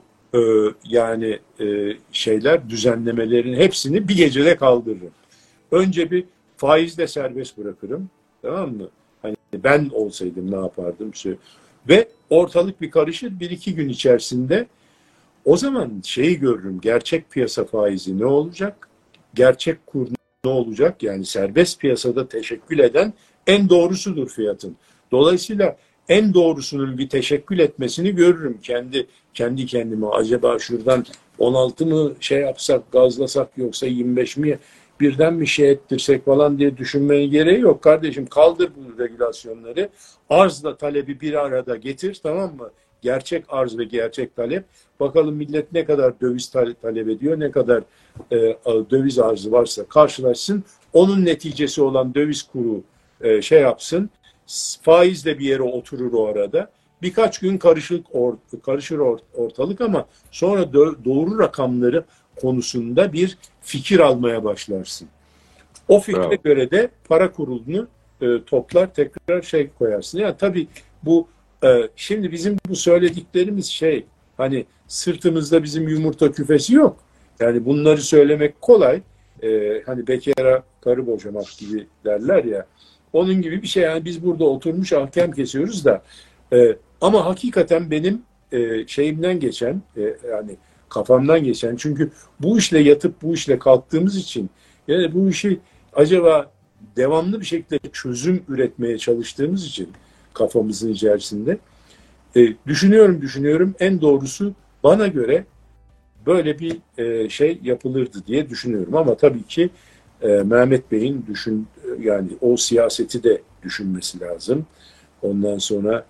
düzenlemelerin hepsini bir gecede kaldırırım. Önce bir faizle serbest bırakırım. Tamam mı? Hani ben olsaydım ne yapardım? Ve ortalık bir karışır, 1-2 gün içerisinde o zaman şeyi görürüm. Gerçek piyasa faizi ne olacak? Gerçek kur ne olacak? Yani serbest piyasada teşekkül eden en doğrusudur fiyatın. Dolayısıyla en doğrusunun bir teşekkül etmesini görürüm kendi kendime. Acaba şuradan 16 mı şey yapsak, gazlasak, yoksa 25 mi birden mi şey ettirsek falan diye düşünmeye gereği yok kardeşim. Kaldır bu regülasyonları. Arzla talebi bir arada getir, tamam mı? Gerçek arz ve gerçek talep. Bakalım millet ne kadar döviz talep ediyor, ne kadar döviz arzı varsa karşılaşsın. Onun neticesi olan döviz kuru şey yapsın. Faiz de bir yere oturur o arada. Birkaç gün karışır ortalık, ama sonra doğru rakamları konusunda bir fikir almaya başlarsın. O fikre Bravo. göre de para kurulunu toplar, tekrar şey koyarsın. Yani tabii bu şimdi bizim bu söylediklerimiz şey, hani sırtımızda bizim yumurta küfesi yok. Yani bunları söylemek kolay. Hani bekara karı boşamak gibi derler ya. Onun gibi bir şey. Yani biz burada oturmuş ahkam kesiyoruz da ama hakikaten benim şeyimden geçen, yani kafamdan geçen, çünkü bu işle yatıp bu işle kalktığımız için, yani bu işi acaba devamlı bir şekilde çözüm üretmeye çalıştığımız için kafamızın içerisinde düşünüyorum en doğrusu bana göre böyle bir şey yapılırdı diye düşünüyorum. Ama tabii ki Mehmet Bey'in yani o siyaseti de düşünmesi lazım. Ondan sonra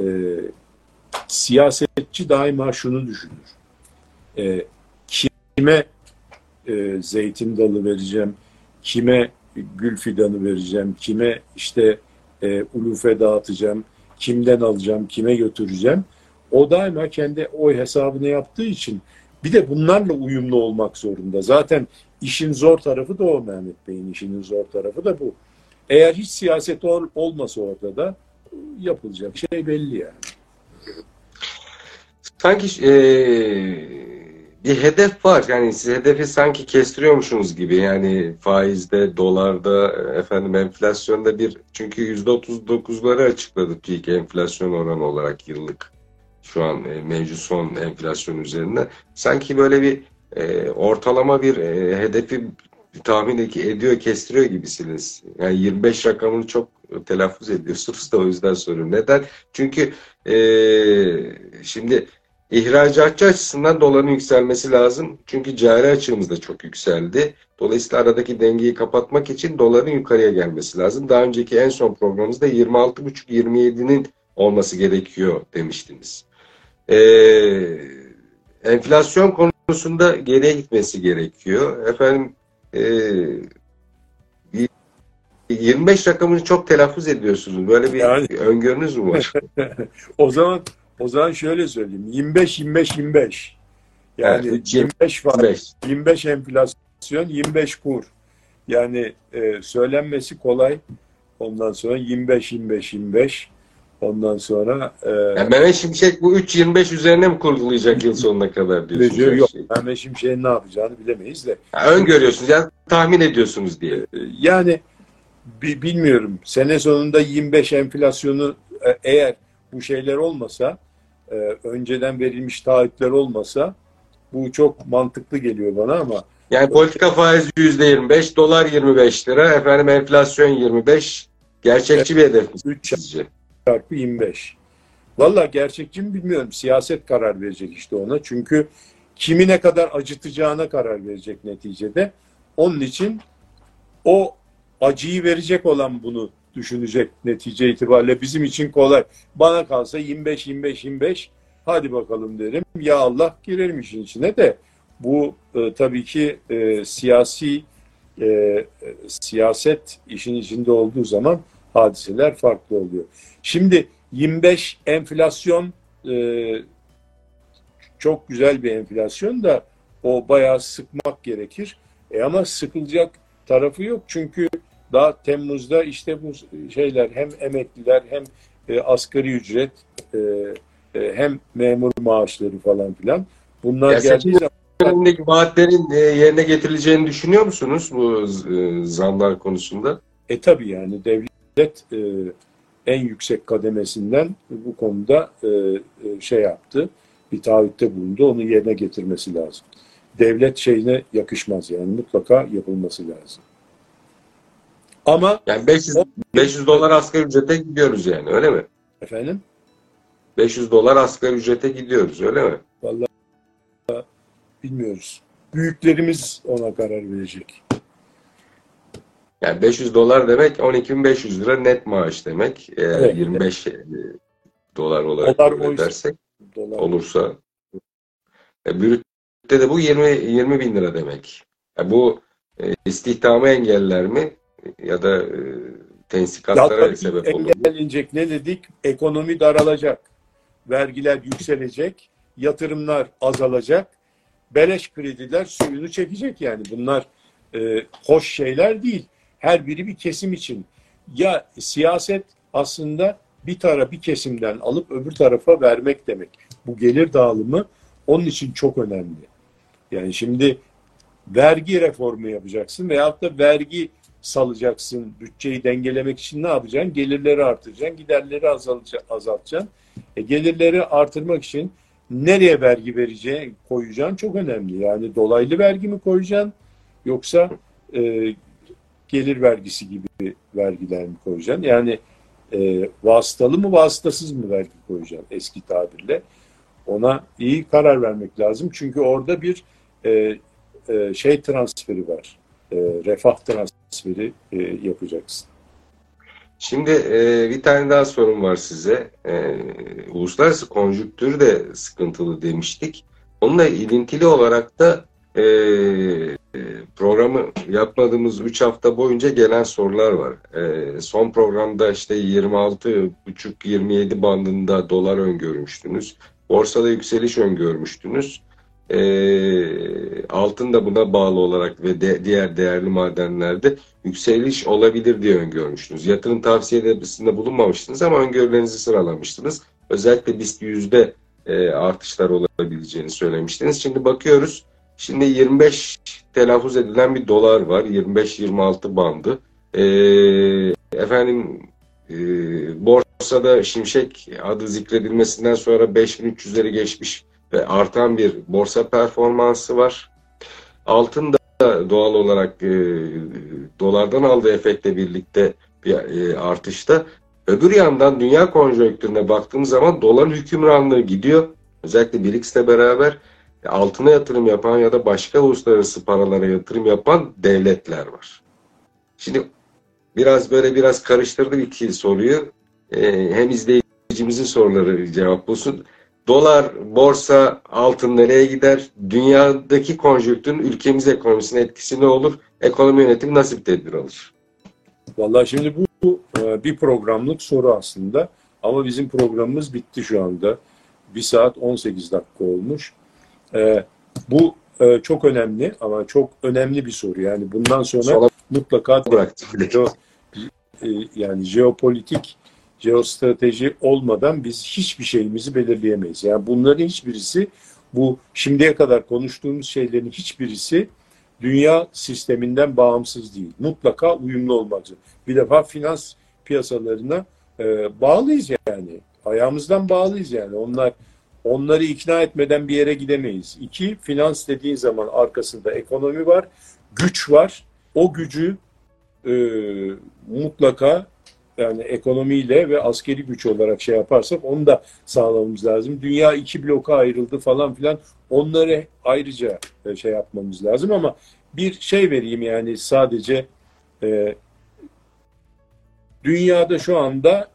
siyasetçi daima şunu düşünür. Kime zeytin dalı vereceğim, kime gül fidanı vereceğim, kime işte ulufe dağıtacağım, kimden alacağım, kime götüreceğim. O daima kendi o hesabını yaptığı için bir de bunlarla uyumlu olmak zorunda. Zaten işin zor tarafı da o, Mehmet Bey'in işinin zor tarafı da bu. Eğer hiç siyaset olmasa orada da yapılacak şey belli yani. Sanki bir hedef var. Yani siz hedefi sanki kestiriyormuşsunuz gibi. Yani faizde, dolarda, efendim enflasyonda çünkü %39'ları açıkladı TÜİK enflasyon oranı olarak yıllık. Şu an mevcut son enflasyon üzerinde. Sanki böyle bir ortalama bir hedefi tahmin ediyor, kestiriyor gibisiniz. Yani 25 rakamını çok telaffuz ediyorsunuz da o yüzden soruyorum. Neden? Çünkü şimdi ihracatçı açısından doların yükselmesi lazım. Çünkü cari açığımız da çok yükseldi. Dolayısıyla aradaki dengeyi kapatmak için doların yukarıya gelmesi lazım. Daha önceki en son programımızda 26,5-27'nin olması gerekiyor demiştiniz. Enflasyon konusunda geriye gitmesi gerekiyor. Efendim 25 rakamını çok telaffuz ediyorsunuz. Böyle bir Yani öngörünüz mü var? o zaman şöyle söyleyeyim. 25. Yani Evet, 25 var. 25. 25 enflasyon, 25 kur. Yani söylenmesi kolay. Ondan sonra 25. Ondan sonra Yani Mehmet Şimşek bu 3.25 üzerine mi kurgulayacak yıl sonuna kadar diyorsunuz her yok. şeyi? Mehmet Şimşek'in ne yapacağını bilemeyiz de. Yani öngörüyorsunuz, yani tahmin ediyorsunuz diye. Yani bilmiyorum. Sene sonunda 25 enflasyonu eğer bu şeyler olmasa, önceden verilmiş taahhütler olmasa, bu çok mantıklı geliyor bana ama Yani politika faizi %25, dolar 25 lira, efendim enflasyon 25. Gerçekçi bir hedef mi 3 sizce? çarpı 25. Valla gerçekçi mi bilmiyorum. Siyaset karar verecek işte ona. Çünkü kimi ne kadar acıtacağına karar verecek neticede. Onun için o acıyı verecek olan bunu düşünecek netice itibariyle. Bizim için kolay. Bana kalsa 25. Hadi bakalım derim. Ya Allah, girerim işin içine de. Bu tabii ki siyaset işin içinde olduğu zaman hadiseler farklı oluyor. Şimdi 25 enflasyon çok güzel bir enflasyon da o bayağı sıkmak gerekir. Ama sıkılacak tarafı yok, çünkü daha Temmuz'da işte bu şeyler, hem emekliler hem asgari ücret hem memur maaşları falan filan, bunlar Ya geldiği zaman önündeki vaatlerin yerine getirileceğini düşünüyor musunuz bu zamlar konusunda? tabii yani devlet en yüksek kademesinden bu konuda şey yaptı, bir taahhütte bulundu, onu yerine getirmesi lazım. Devlet şeyine yakışmaz, yani mutlaka yapılması lazım. Ama Yani 500 dolar asgari ücrete gidiyoruz yani, öyle mi? Efendim? 500 dolar asgari ücrete gidiyoruz, öyle mi? Vallahi bilmiyoruz. Büyüklerimiz ona karar verecek. Yani 500 dolar demek 12.500 lira net maaş demek. Eğer Evet. 25 dolar olarak Dolar kabul oysa edersek dolar. olursa. Brütte de bu 20 bin lira demek. Bu istihdamı engeller mi? Ya da Ya tensikatlara tabii sebep olur mu? engellenecek ne dedik? Ekonomi daralacak. Vergiler yükselecek. Yatırımlar azalacak. Beleş krediler suyunu çekecek yani. Bunlar hoş şeyler değil. Her biri bir kesim için. Ya siyaset aslında bir kesimden alıp öbür tarafa vermek demek. Bu gelir dağılımı onun için çok önemli. Yani şimdi vergi reformu yapacaksın veyahut da vergi salacaksın. Bütçeyi dengelemek için ne yapacaksın? Gelirleri artıracaksın, giderleri azaltacaksın. Gelirleri artırmak için nereye vergi vereceğin, koyacaksın çok önemli. Yani dolaylı vergi mi koyacaksın yoksa gelir vergisi gibi vergiler mi koyacaksın? Yani vasıtalı mı vasıtasız mı vergi koyacaksın eski tabirle? Ona iyi karar vermek lazım. Çünkü orada bir şey transferi var. Refah transferi yapacaksın. Şimdi bir tane daha sorum var size. Uluslararası konjüktür de sıkıntılı demiştik. Onunla ilintili olarak da programı yapmadığımız 3 hafta boyunca gelen sorular var. Son programda işte 26,5-27 bandında dolar öngörmüştünüz. Borsada yükseliş öngörmüştünüz. Altın da buna bağlı olarak ve diğer değerli madenlerde yükseliş olabilir diye öngörmüştünüz. Yatırım tavsiyelerinde bulunmamıştınız ama öngörülerinizi sıralamıştınız. Özellikle BIST 100'de artışlar olabileceğini söylemiştiniz. Şimdi bakıyoruz. Şimdi 25 telaffuz edilen bir dolar var. 25-26 bandı. Efendim borsada Şimşek adı zikredilmesinden sonra 5.300'leri geçmiş ve artan bir borsa performansı var. Altın da doğal olarak dolardan aldığı efektle birlikte bir artışta. Öbür yandan dünya konjonktürüne baktığımız zaman doların hükümranlığı gidiyor. Özellikle BRICS'le beraber altına yatırım yapan ya da başka uluslararası paralara yatırım yapan devletler var. Şimdi biraz karıştırdım iki soruyu. Hem izleyicimizin soruları cevap bulsun. Dolar, borsa, altın nereye gider? Dünyadaki konjonktürün ülkemiz ekonomisine etkisi ne olur? Ekonomi yönetimi nasıl bir tedbir alır? Vallahi şimdi bu bir programlık soru aslında. Ama bizim programımız bitti şu anda. 1 saat 18 dakika olmuş. Bu çok önemli ama çok önemli bir soru. Yani bundan sonra mutlaka yani jeopolitik, jeostrateji olmadan biz hiçbir şeyimizi belirleyemeyiz. Yani bunların hiçbirisi, bu şimdiye kadar konuştuğumuz şeylerin hiçbirisi dünya sisteminden bağımsız değil. Mutlaka uyumlu olmak zorunda. Bir defa finans piyasalarına bağlıyız yani. Ayağımızdan bağlıyız yani. Onları ikna etmeden bir yere gidemeyiz. İki, finans dediğin zaman arkasında ekonomi var, güç var. O gücü mutlaka yani ekonomiyle ve askeri güç olarak şey yaparsak onu da sağlamamız lazım. Dünya iki bloka ayrıldı falan filan. Onları ayrıca şey yapmamız lazım ama bir şey vereyim yani sadece dünyada şu anda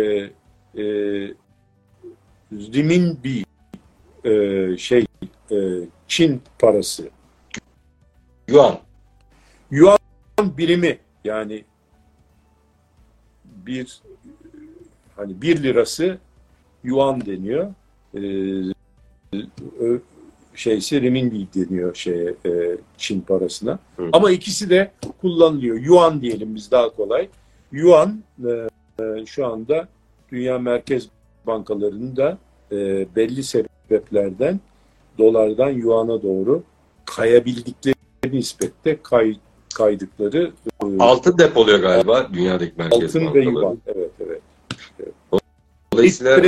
renminbi Çin parası. Yuan birimi yani bir lirası yuan deniyor. Renminbi deniyor Çin parasına. Hı. Ama ikisi de kullanılıyor. Yuan diyelim biz daha kolay. Yuan şu anda Dünya Merkez Bankalarında belli sebeplerden dolardan yuana doğru kayabildikleri nispette kaydıkları. Altın depoluyor galiba dünyadaki merkez altın bankaları. Altın ve yuan. Evet. Dolayısıyla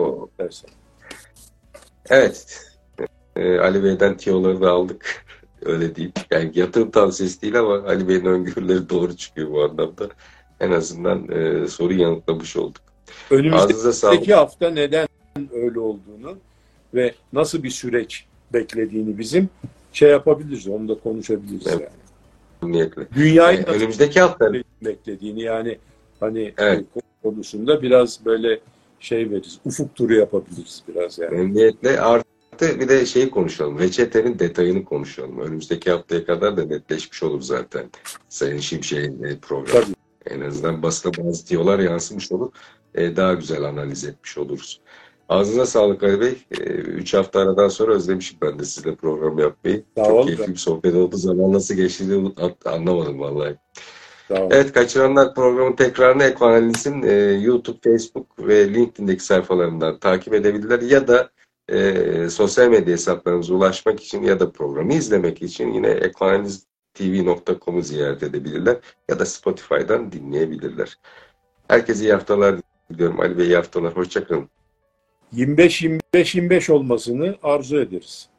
evet. Ali Bey'den tiyoları da aldık. Öyle diyeyim. Yani yatırım tavsiyesi değil ama Ali Bey'in öngörüleri doğru çıkıyor bu anlamda. En azından soruyu yanıtlamış olduk. Ağzınıza sağlık. Önümüzdeki hafta neden öyle olduğunu ve nasıl bir süreç beklediğini bizim şey yapabiliriz, onu da konuşabiliriz Evet. yani. Niyetle. Dünyayı nasıl Önümüzdeki hafta beklediğini yani hani evet. konusunda biraz böyle şey veririz, ufuk turu yapabiliriz biraz yani. Memnuniyetle artı bir de şeyi konuşalım. Reçetenin detayını konuşalım. Önümüzdeki haftaya kadar da netleşmiş olur zaten. Sayın Şimşek'in programı. Tabii. En azından basına bazı tiyolar yansımış olur. Daha güzel analiz etmiş oluruz. Ağzına sağlık Ali Bey. 3 hafta aradan sonra özlemişim ben de sizle program yapmayı. Sağ Çok ol. keyifli bir sohbet oldu. Zaman nasıl geçtiğini anlamadım vallahi. Sağ ol. Evet, kaçıranlar programın tekrarını Ekoanaliz'in YouTube, Facebook ve LinkedIn'deki sayfalarından takip edebilirler ya da sosyal medya hesaplarımıza ulaşmak için ya da programı izlemek için yine ekoanaliztv.com'u ziyaret edebilirler ya da Spotify'dan dinleyebilirler. Herkese iyi haftalar diliyorum. Ali Bey iyi haftalar. Hoşça kalın. 25-25-25 olmasını arzu ederiz.